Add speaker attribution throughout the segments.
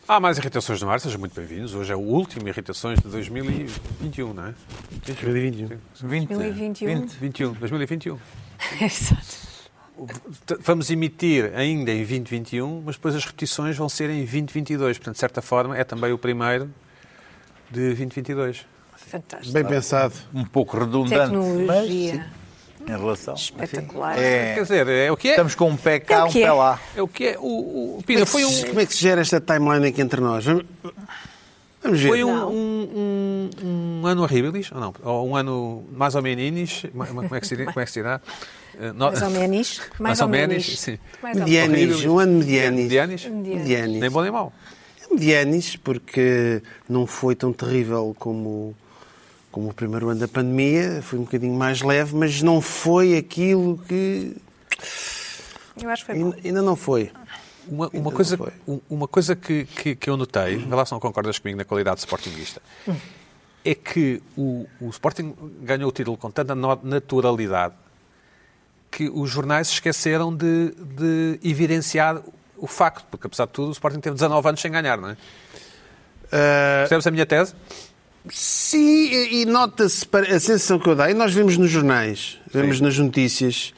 Speaker 1: Há mais irritações no ar, sejam muito bem-vindos. Hoje é o último Irritações de 2021, não é?
Speaker 2: 2021.
Speaker 1: 2021.
Speaker 3: Exato.
Speaker 1: Vamos emitir ainda em 2021, mas depois as repetições vão ser em 2022. Portanto, de certa forma, é também o primeiro de 2022.
Speaker 3: Fantástico.
Speaker 2: Bem pensado.
Speaker 4: Um pouco redundante,
Speaker 3: Tecnologia.
Speaker 4: mas em relação.
Speaker 3: Espetacular.
Speaker 1: Quer dizer, é o que é.
Speaker 4: Estamos com um pé cá,
Speaker 3: É o
Speaker 4: um
Speaker 3: que é.
Speaker 4: pé lá.
Speaker 1: É o que é. Pina, foi um...
Speaker 2: Como é que se gera esta timeline aqui entre nós? Vamos ver.
Speaker 1: Foi um ano horríveis, ou não? Ou um ano mais ou menos, como é que se dirá?
Speaker 3: Mais ou menos.
Speaker 1: Mais ou menos, sim.
Speaker 2: Medianis, um ano medianis.
Speaker 1: Medianis?
Speaker 2: Medianis.
Speaker 1: Nem bom nem mau.
Speaker 2: Medianis, porque não foi tão terrível como o primeiro ano da pandemia, foi um bocadinho mais leve, mas não foi aquilo que...
Speaker 3: Eu acho que foi bom.
Speaker 2: Ainda não foi.
Speaker 1: Uma coisa que eu notei, em relação a concordas comigo na qualidade de sportinguista, é que o Sporting ganhou o título com tanta naturalidade que os jornais se esqueceram de evidenciar o facto, porque apesar de tudo o Sporting teve 19 anos sem ganhar, não é? Percebes a minha tese?
Speaker 2: Sim, e nota-se a sensação que eu dei, nós vemos nos jornais, vemos nas notícias,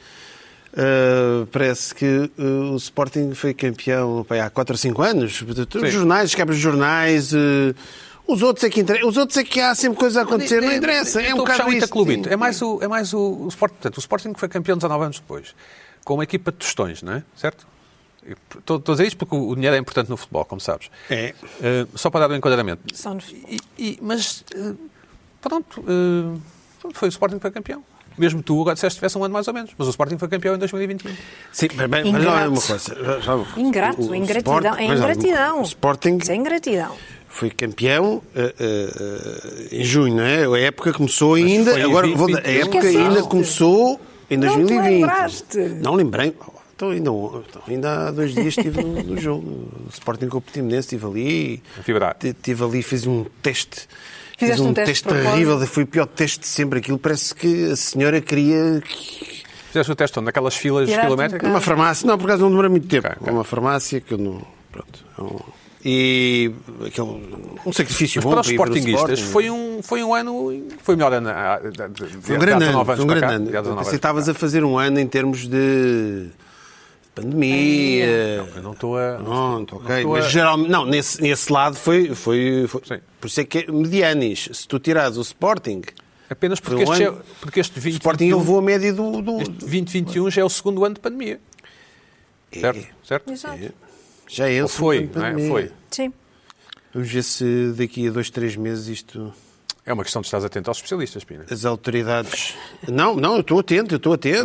Speaker 2: parece que o Sporting foi campeão há 4 ou 5 anos. Os jornais, as capas de jornais, os outros é que há sempre coisa a acontecer, não interessa. É um bocado
Speaker 1: muito
Speaker 2: isso.
Speaker 1: a clubito. É mais o Sporting. Portanto, o Sporting foi campeão 19 anos depois, com uma equipa de tostões, não é? Certo? Estou a dizer isto porque o dinheiro é importante no futebol, como sabes.
Speaker 2: É.
Speaker 1: Só para dar um enquadramento.
Speaker 3: Só no futebol.
Speaker 1: Mas, pronto, foi o Sporting que foi campeão. Mesmo tu agora disseste que tivesse um ano mais ou menos. Mas o Sporting foi campeão em 2021.
Speaker 2: Sim, mas não é uma coisa.
Speaker 3: Ingrato, ingratidão. É ingratidão.
Speaker 2: O Sporting
Speaker 3: Isso é ingratidão.
Speaker 2: foi campeão em junho, não é? A época começou ainda.
Speaker 1: foi em
Speaker 2: Agora,
Speaker 1: 2021.
Speaker 2: a época
Speaker 3: Esqueceste.
Speaker 2: ainda começou em
Speaker 3: Não te
Speaker 2: 2020.
Speaker 3: lembraste.
Speaker 2: Não lembrei. Então, ainda há 2 dias estive no jogo. O Sporting com o Portimonense, estive ali.
Speaker 1: A fibrar.
Speaker 2: Estive ali, fiz um teste.
Speaker 3: Fizeste
Speaker 2: Fiz
Speaker 3: um teste de
Speaker 2: terrível. Foi o pior teste de sempre. Aquilo parece que a senhora queria...
Speaker 1: Fizeste o teste onde? Naquelas filas
Speaker 3: Tiraste
Speaker 1: quilométricas?
Speaker 2: Uma farmácia. Não, por acaso não demora muito tempo.
Speaker 1: Ok.
Speaker 2: Uma farmácia que eu não... Pronto. E um sacrifício
Speaker 1: Mas
Speaker 2: bom
Speaker 1: para os
Speaker 2: ir ver o
Speaker 1: sportinguistas
Speaker 2: Sporting.
Speaker 1: foi um ano... Foi o melhor ano.
Speaker 2: Foi um grande ano. Você estavas a fazer um ano em termos de pandemia.
Speaker 1: Eu não estou a...
Speaker 2: Pronto, ok. Mas geralmente, não, nesse lado foi.
Speaker 1: Sim.
Speaker 2: Por isso é que é medianis. Se tu tirares o Sporting,
Speaker 1: Apenas porque
Speaker 2: Foi um ano.
Speaker 1: este
Speaker 2: o Sporting
Speaker 1: 2021...
Speaker 2: levou a média do.
Speaker 1: Este 2021 já é o segundo ano de pandemia. Certo?
Speaker 3: Exato.
Speaker 2: Já é o
Speaker 1: Ou foi,
Speaker 2: segundo ano
Speaker 1: não
Speaker 2: de
Speaker 1: é?
Speaker 2: pandemia.
Speaker 1: Foi.
Speaker 3: Sim.
Speaker 2: Vamos ver se daqui a 2, 3 meses isto.
Speaker 1: É uma questão de estar atento aos especialistas, Pina.
Speaker 2: As autoridades. Não, eu estou atento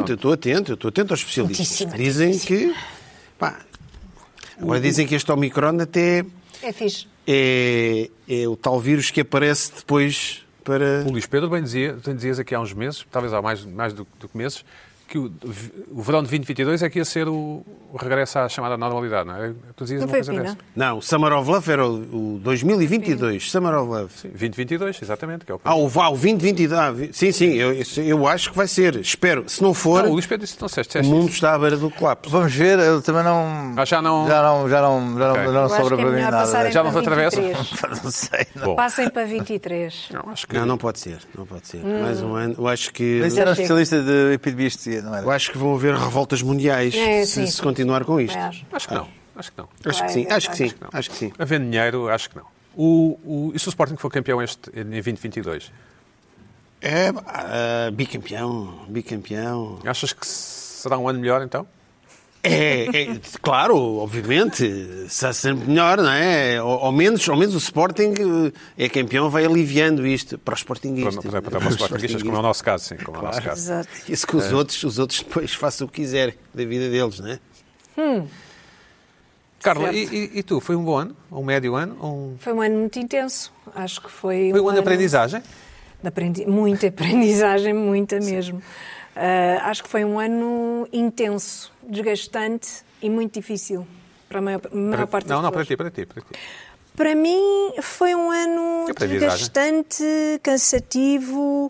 Speaker 2: aos especialistas.
Speaker 3: Muitíssimo,
Speaker 2: Dizem que. Pá, agora dizem que este Omicron até
Speaker 3: É fixe.
Speaker 2: é o tal vírus que aparece depois para.
Speaker 1: O Luís Pedro bem dizias aqui há uns meses, talvez há mais do que meses, que o verão de 2022 é que ia ser o regresso à chamada normalidade, não é? Tu dizias
Speaker 3: Não
Speaker 1: uma
Speaker 3: foi,
Speaker 1: coisa
Speaker 3: Pina?
Speaker 1: dessa.
Speaker 2: Não, o Summer of Love era o 2022. Summer of Love.
Speaker 1: Sim, 2022, exatamente. Que é o que...
Speaker 2: O 2022. Sim, eu acho que vai ser. Espero. Se não for,
Speaker 1: Não, o Luís Pedro disse, não sei,
Speaker 2: o mundo está à beira do colapso.
Speaker 4: Vamos ver, eu também não.
Speaker 1: Já não...
Speaker 4: Já não
Speaker 3: Eu acho
Speaker 4: sobra
Speaker 3: que é
Speaker 4: para mim
Speaker 3: melhor
Speaker 4: nada.
Speaker 3: passarem
Speaker 1: Já
Speaker 3: para
Speaker 1: não se atravessa?
Speaker 3: 23.
Speaker 4: Não sei. Não.
Speaker 1: Bom,
Speaker 3: Passem para 23.
Speaker 1: não, acho que...
Speaker 2: Não pode ser. Mais um ano. Eu acho que.
Speaker 4: Mas era um especialista de epidemiologia, não era?
Speaker 2: Eu acho que vão haver revoltas mundiais
Speaker 3: Sim.
Speaker 2: se continuar com isto.
Speaker 1: Acho que não.
Speaker 2: Acho que
Speaker 3: Vai,
Speaker 2: sim.
Speaker 3: vai,
Speaker 2: Acho que
Speaker 3: vai.
Speaker 2: sim. Acho que sim.
Speaker 1: Havendo dinheiro, acho que não. E se o Sporting for campeão em 2022?
Speaker 2: Bicampeão.
Speaker 1: Achas que será um ano melhor, então?
Speaker 2: Claro, obviamente, será sempre melhor, não é? Ao menos o Sporting é campeão, vai aliviando isto para os Sportinguistas.
Speaker 1: Para os Sportinguistas, como é o nosso caso, sim. Como é o nosso caso.
Speaker 3: Exato.
Speaker 2: Isso que os outros depois façam o que quiserem da vida deles, não é?
Speaker 1: Carla,
Speaker 3: Certo.
Speaker 1: e tu? Foi um bom ano? Um médio ano?
Speaker 3: Foi um ano muito intenso. Acho que foi
Speaker 1: Foi um ano de aprendizagem?
Speaker 3: Muita aprendizagem, muita mesmo. Acho que foi um ano intenso, desgastante e muito difícil para a maior parte das
Speaker 1: Não,
Speaker 3: pessoas.
Speaker 1: para ti.
Speaker 3: Para mim foi um ano
Speaker 1: Que aprendizagem?
Speaker 3: desgastante, cansativo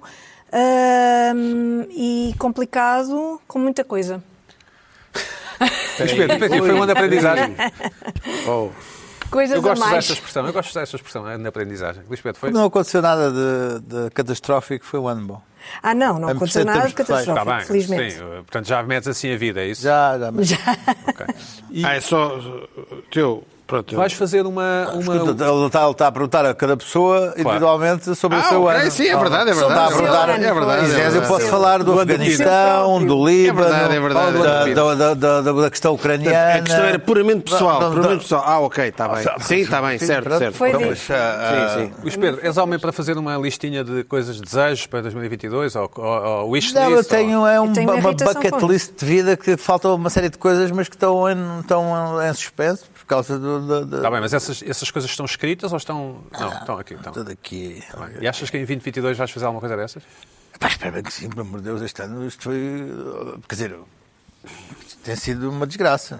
Speaker 3: e complicado, com muita coisa.
Speaker 1: Luís Pedro, para ti foi um ano de aprendizagem.
Speaker 3: Coisas
Speaker 1: Eu gosto
Speaker 3: a mais.
Speaker 1: desta expressão na aprendizagem. Luís Pedro, foi?
Speaker 4: Não aconteceu nada de catastrófico, foi um ano bom.
Speaker 3: Não
Speaker 4: A
Speaker 3: aconteceu
Speaker 4: termos
Speaker 3: nada de
Speaker 4: perfeitos.
Speaker 1: Está
Speaker 3: catastrófico,
Speaker 1: bem,
Speaker 3: felizmente.
Speaker 1: sim. Portanto, já metes assim a vida, é isso?
Speaker 4: Já.
Speaker 1: Ok. E
Speaker 2: É só teu. Pronto.
Speaker 1: vais fazer uma...
Speaker 4: Escuta, ele está a perguntar a cada pessoa individualmente sobre o seu
Speaker 2: ok,
Speaker 4: ano.
Speaker 2: sim, é verdade, é
Speaker 4: Só está a
Speaker 2: verdade.
Speaker 4: perguntar.
Speaker 3: É verdade,
Speaker 4: Se quiseres, eu
Speaker 2: verdade.
Speaker 4: posso falar do Afeganistão, do Líbano,
Speaker 2: É verdade.
Speaker 4: da questão ucraniana.
Speaker 2: A questão era puramente pessoal.
Speaker 4: Não,
Speaker 2: Puramente pessoal. Ok, está bem. Sim, está bem, certo.
Speaker 3: Foi
Speaker 2: Ok.
Speaker 3: dito.
Speaker 2: Sim.
Speaker 1: Luís Pedro, és homem para fazer uma listinha de coisas, desejos para 2022? Ou wish
Speaker 4: Não,
Speaker 1: list?
Speaker 4: eu tenho
Speaker 3: Eu tenho
Speaker 4: uma
Speaker 3: irritação
Speaker 4: bucket
Speaker 3: com
Speaker 4: list de vida que faltam uma série de coisas, mas que estão em suspenso por causa
Speaker 1: Está bem, mas essas coisas estão escritas ou estão... Não, estão aqui. Estão.
Speaker 4: tudo aqui.
Speaker 1: Está bem. E achas que em 2022 vais fazer alguma coisa dessas?
Speaker 4: Pá, espero bem que sim, pelo amor de Deus, este ano isto foi. Quer dizer, tem sido uma desgraça.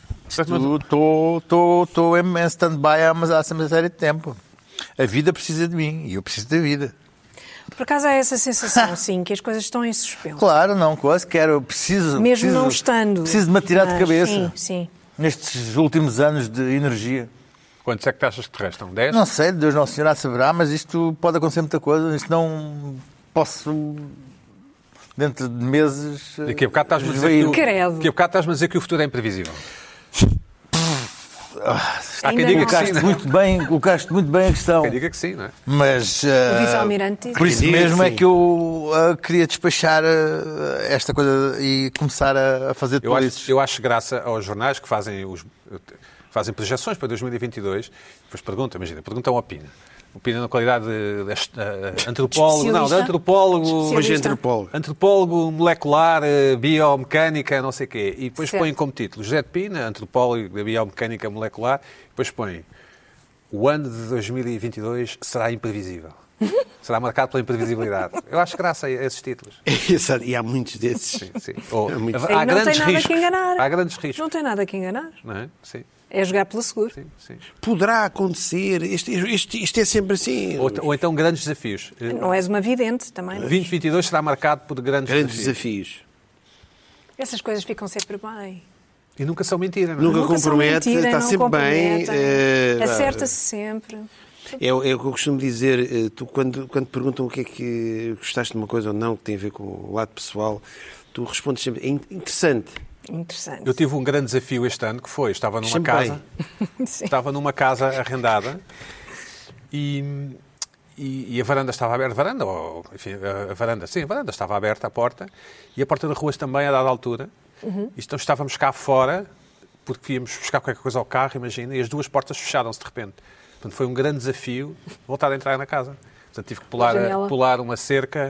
Speaker 4: Estou em stand-by há uma série de tempo. A vida precisa de mim e eu preciso da vida.
Speaker 3: Por acaso há essa sensação, sim, que as coisas estão em suspenso.
Speaker 4: Claro, não, quase quero, preciso.
Speaker 3: Mesmo não estando.
Speaker 4: Preciso de me atirar de
Speaker 3: Mas,
Speaker 4: cabeça
Speaker 3: Sim.
Speaker 4: nestes últimos anos de energia.
Speaker 1: Quantos é que tu achas que te restam? 10?
Speaker 4: Não sei, Deus Nosso Senhor saberá, mas isto pode acontecer muita coisa. Isto não posso, dentro de meses.
Speaker 1: Daqui a bocado estás-me a dizer
Speaker 4: esvair.
Speaker 1: que
Speaker 3: Credo.
Speaker 1: daqui a bocado estás-me a dizer que o futuro é imprevisível. Há quem
Speaker 3: Ainda
Speaker 1: diga
Speaker 3: não.
Speaker 1: que sim,
Speaker 4: Colocaste muito bem a questão.
Speaker 1: Quem diga que sim, não é?
Speaker 4: Mas
Speaker 3: O vice-almirante disse.
Speaker 4: por isso
Speaker 2: Quem diga
Speaker 4: mesmo
Speaker 2: que
Speaker 4: é
Speaker 2: sim.
Speaker 4: que eu queria despachar esta coisa e começar a fazer
Speaker 1: Eu
Speaker 4: tudo
Speaker 1: acho,
Speaker 4: isso.
Speaker 1: eu acho graça aos jornais que fazem projeções para 2022, depois perguntam a Opina. Opina na qualidade de antropólogo, não, de
Speaker 3: Especialista.
Speaker 1: antropólogo,
Speaker 2: Hoje
Speaker 3: Especialista.
Speaker 2: antropólogo.
Speaker 1: molecular, biomecânica, não sei o quê. E depois
Speaker 3: Certo.
Speaker 1: põem como título José de Pina, antropólogo da biomecânica molecular, e depois põem o ano de 2022 será imprevisível. Será marcado pela imprevisibilidade. Eu acho graça a esses títulos.
Speaker 2: Exato, e há muitos desses.
Speaker 1: Sim. Ou,
Speaker 2: É muito-
Speaker 1: há
Speaker 3: Não tem
Speaker 1: grandes
Speaker 3: nada
Speaker 1: riscos.
Speaker 3: que enganar.
Speaker 1: Há grandes riscos.
Speaker 3: Não tem nada que enganar.
Speaker 1: Não é? Sim,
Speaker 3: É jogar pelo seguro.
Speaker 1: sim.
Speaker 2: Poderá acontecer. Isto é sempre assim.
Speaker 1: Ou então grandes desafios.
Speaker 3: Não és uma vidente também.
Speaker 1: 2022 será marcado por grandes
Speaker 2: Grandes
Speaker 1: desafios.
Speaker 2: desafios.
Speaker 3: Essas coisas ficam sempre bem.
Speaker 1: E nunca são mentira, não é?
Speaker 2: Nunca
Speaker 3: Nunca são
Speaker 2: compromete,
Speaker 3: mentira,
Speaker 2: está
Speaker 3: não
Speaker 2: sempre bem.
Speaker 3: comprometem. Acerta-se sempre.
Speaker 2: É o que eu costumo dizer. Tu, quando te perguntam o que é que gostaste de uma coisa ou não, que tem a ver com o lado pessoal, tu respondes sempre. É interessante.
Speaker 3: Interessante.
Speaker 1: Eu tive um grande desafio este ano, que foi, estava numa
Speaker 2: Sempre
Speaker 1: casa,
Speaker 3: Sim.
Speaker 1: estava numa casa arrendada e a varanda estava aberta, a varanda estava aberta, a porta, e a porta da rua também, a dada altura. Então estávamos cá fora, porque íamos buscar qualquer coisa ao carro, imagina, e as duas portas fecharam-se de repente. Portanto, foi um grande desafio voltar a entrar na casa. Portanto, tive que
Speaker 3: janela.
Speaker 1: pular uma cerca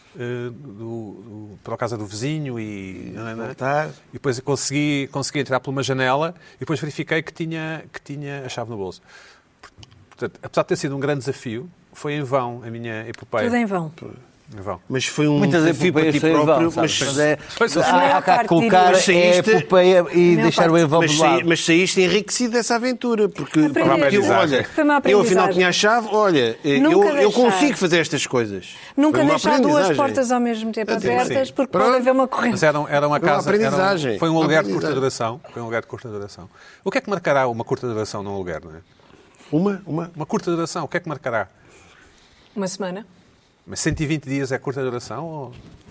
Speaker 1: para a casa do vizinho e depois consegui entrar por uma janela e depois verifiquei que tinha a chave no bolso. Portanto, apesar de ter sido um grande desafio, foi em vão a minha epopeia.
Speaker 3: Tudo em vão.
Speaker 1: Em vão.
Speaker 2: Mas foi um
Speaker 4: Muitas
Speaker 2: desafio para
Speaker 4: epopeias
Speaker 2: ti
Speaker 4: são em
Speaker 2: próprio.
Speaker 4: vão, sabes?
Speaker 1: Pois é.
Speaker 3: A
Speaker 4: Há
Speaker 3: maior
Speaker 4: cá
Speaker 3: parte
Speaker 4: colocar
Speaker 2: diria.
Speaker 4: a
Speaker 2: Saíste-
Speaker 4: epopeia e
Speaker 3: maior
Speaker 4: deixar o
Speaker 3: parte.
Speaker 4: envão de lado.
Speaker 2: Mas saíste enriquecido dessa aventura, porque
Speaker 3: Aprendeste.
Speaker 2: olha,
Speaker 3: Foi uma
Speaker 2: eu afinal
Speaker 3: aprendizagem.
Speaker 2: tinha a chave, olha,
Speaker 3: Nunca
Speaker 2: eu
Speaker 3: deixar.
Speaker 2: consigo fazer estas coisas.
Speaker 3: Nunca
Speaker 2: Foi uma
Speaker 3: deixar duas
Speaker 2: aprendizagem.
Speaker 3: portas ao mesmo tempo
Speaker 2: Sim.
Speaker 3: abertas, porque
Speaker 2: Pronto.
Speaker 3: pode haver uma
Speaker 1: Mas
Speaker 3: corrente.
Speaker 1: era uma
Speaker 2: Foi uma
Speaker 1: casa.
Speaker 2: aprendizagem.
Speaker 1: Foi um
Speaker 2: Uma
Speaker 1: aluguer de curta
Speaker 2: aprendizagem.
Speaker 1: duração. Foi um aluguer de curta duração. O que é que marcará uma curta duração num aluguer, não é?
Speaker 2: Uma?
Speaker 1: Uma curta duração, o que é que marcará?
Speaker 3: Uma semana?
Speaker 1: Mas 120 dias é curta duração? Ou...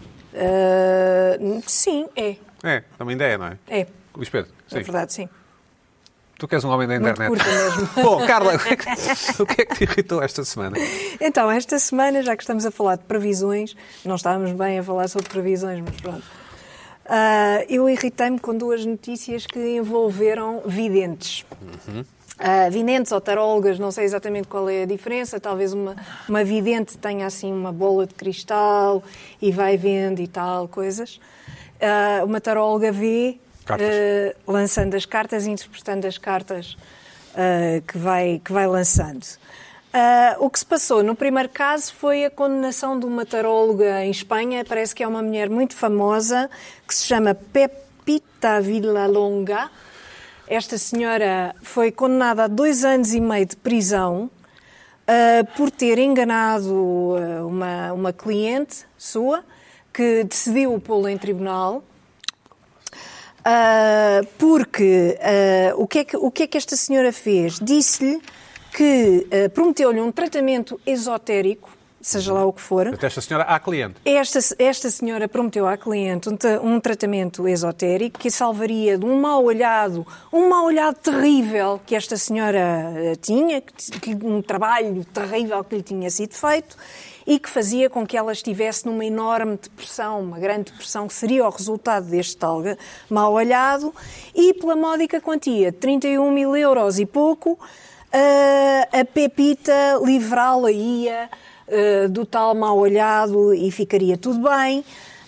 Speaker 3: Sim, é.
Speaker 1: É, também ainda é, não é?
Speaker 3: É.
Speaker 1: Luís Pedro, sim.
Speaker 3: É verdade, sim.
Speaker 1: Tu que és um homem da
Speaker 3: Muito
Speaker 1: internet.
Speaker 3: curta mesmo.
Speaker 1: Bom, Carla, o que é que te irritou esta semana?
Speaker 3: Então, esta semana, já que estamos a falar de previsões, não estávamos bem a falar sobre previsões, mas pronto. Eu irritei-me com duas notícias que envolveram videntes. Videntes ou tarólogas, não sei exatamente qual é a diferença. Talvez uma vidente tenha assim uma bola de cristal e vai vendo e tal, coisas. Uma taróloga vê, lançando as cartas e interpretando as cartas que vai lançando. O que se passou no primeiro caso foi a condenação de uma taróloga em Espanha. Parece que é uma mulher muito famosa, que se chama Pepita Villalonga. Esta senhora foi condenada a 2 anos e meio de prisão por ter enganado uma cliente sua, que decidiu pô-la em tribunal. Porque o que é que esta senhora fez? Disse-lhe que prometeu-lhe um tratamento esotérico, seja lá o que for.
Speaker 1: Até esta senhora há cliente.
Speaker 3: Esta senhora prometeu à cliente um tratamento esotérico que a salvaria de um mau olhado terrível que esta senhora tinha, um trabalho terrível que lhe tinha sido feito e que fazia com que ela estivesse numa enorme depressão, uma grande depressão, que seria o resultado deste tal mau olhado, e pela módica quantia de 31 mil euros e pouco, a Pepita livrá-la-ia do tal mau olhado e ficaria tudo bem.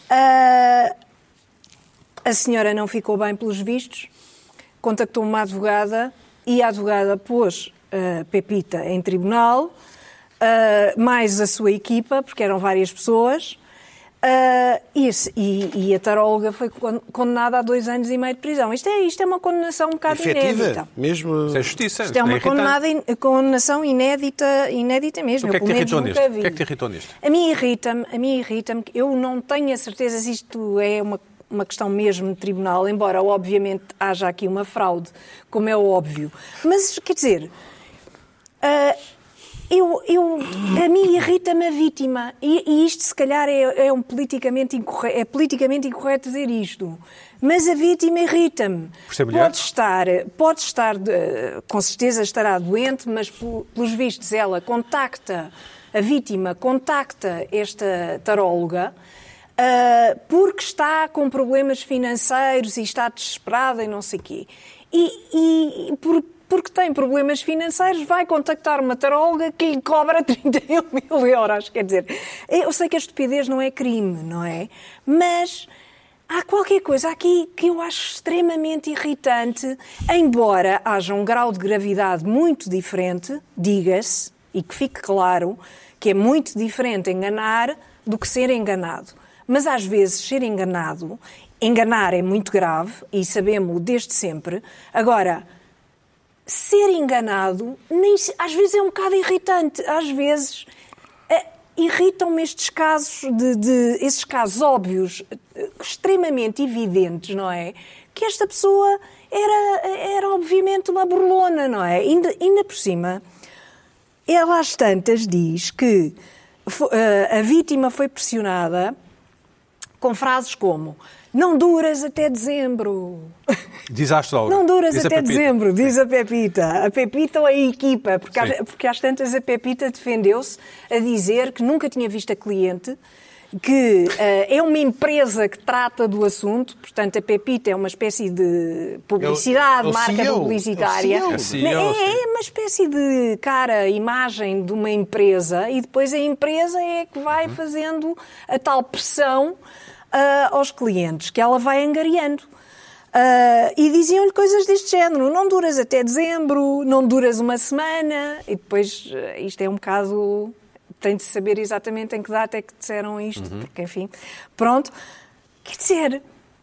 Speaker 3: A senhora não ficou bem pelos vistos, contactou uma advogada e a advogada pôs a Pepita em tribunal, mais a sua equipa, porque eram várias pessoas, e a taróloga foi condenada a 2 anos e meio de prisão. Isto é uma condenação um bocado inédita.
Speaker 2: Mesmo...
Speaker 1: Isso é justiça.
Speaker 3: Isto é uma condenação inédita mesmo.
Speaker 1: O que é que te irritou nisto? O que é que te irritou nisto?
Speaker 3: A mim irrita-me, eu não tenho a certeza se isto é uma questão mesmo de tribunal, embora obviamente haja aqui uma fraude, como é óbvio. Mas, quer dizer... a mim irrita-me a vítima e isto se calhar é politicamente incorreto dizer isto, mas a vítima irrita-me.
Speaker 1: Por ser mulher?
Speaker 3: Pode estar com certeza estará doente, mas pelos vistos a vítima contacta esta taróloga porque está com problemas financeiros e está desesperada e não sei o quê. Porque tem problemas financeiros, vai contactar uma taróloga que lhe cobra 31 mil euros. Quer dizer, eu sei que a estupidez não é crime, não é? Mas há qualquer coisa aqui que eu acho extremamente irritante, embora haja um grau de gravidade muito diferente, diga-se, e que fique claro que é muito diferente enganar do que ser enganado. Mas às vezes ser enganar é muito grave, e sabemos-o desde sempre. Agora... ser enganado, às vezes é um bocado irritante. Às vezes irritam-me estes casos, esses casos óbvios, extremamente evidentes, não é? Que esta pessoa era obviamente uma burlona, não é? Ainda por cima, ela às tantas diz que a vítima foi pressionada com frases como: não duras até dezembro.
Speaker 1: Diz a astróloga.
Speaker 3: Não duras até dezembro, diz a Pepita. A Pepita ou a equipa, porque às tantas a Pepita defendeu-se a dizer que nunca tinha visto a cliente, que é uma empresa que trata do assunto, portanto a Pepita é uma espécie de publicidade, marca publicitária. É uma espécie de imagem de uma empresa, e depois a empresa é que vai fazendo a tal pressão aos clientes, que ela vai angariando. E diziam-lhe coisas deste género: não duras até dezembro, não duras uma semana, e depois isto é um bocado... tem de saber exatamente em que data é que disseram isto, porque enfim, pronto. Quer dizer,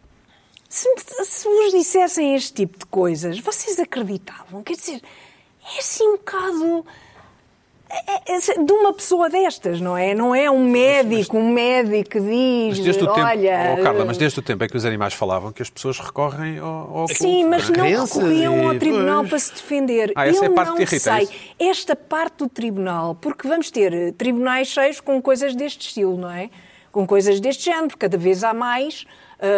Speaker 3: se vos dissessem este tipo de coisas, vocês acreditavam? Quer dizer, é assim um bocado... de uma pessoa destas, não é? Não é um médico que diz, olha...
Speaker 1: Carla, mas desde o tempo é que os animais falavam que as pessoas recorrem ao
Speaker 3: Sim, mas não recorriam ao tribunal para se defender.
Speaker 1: Essa é a parte
Speaker 3: não
Speaker 1: que irrita,
Speaker 3: sei. Esta parte do tribunal, porque vamos ter tribunais cheios com coisas deste estilo, não é? Com coisas deste género, cada vez há mais...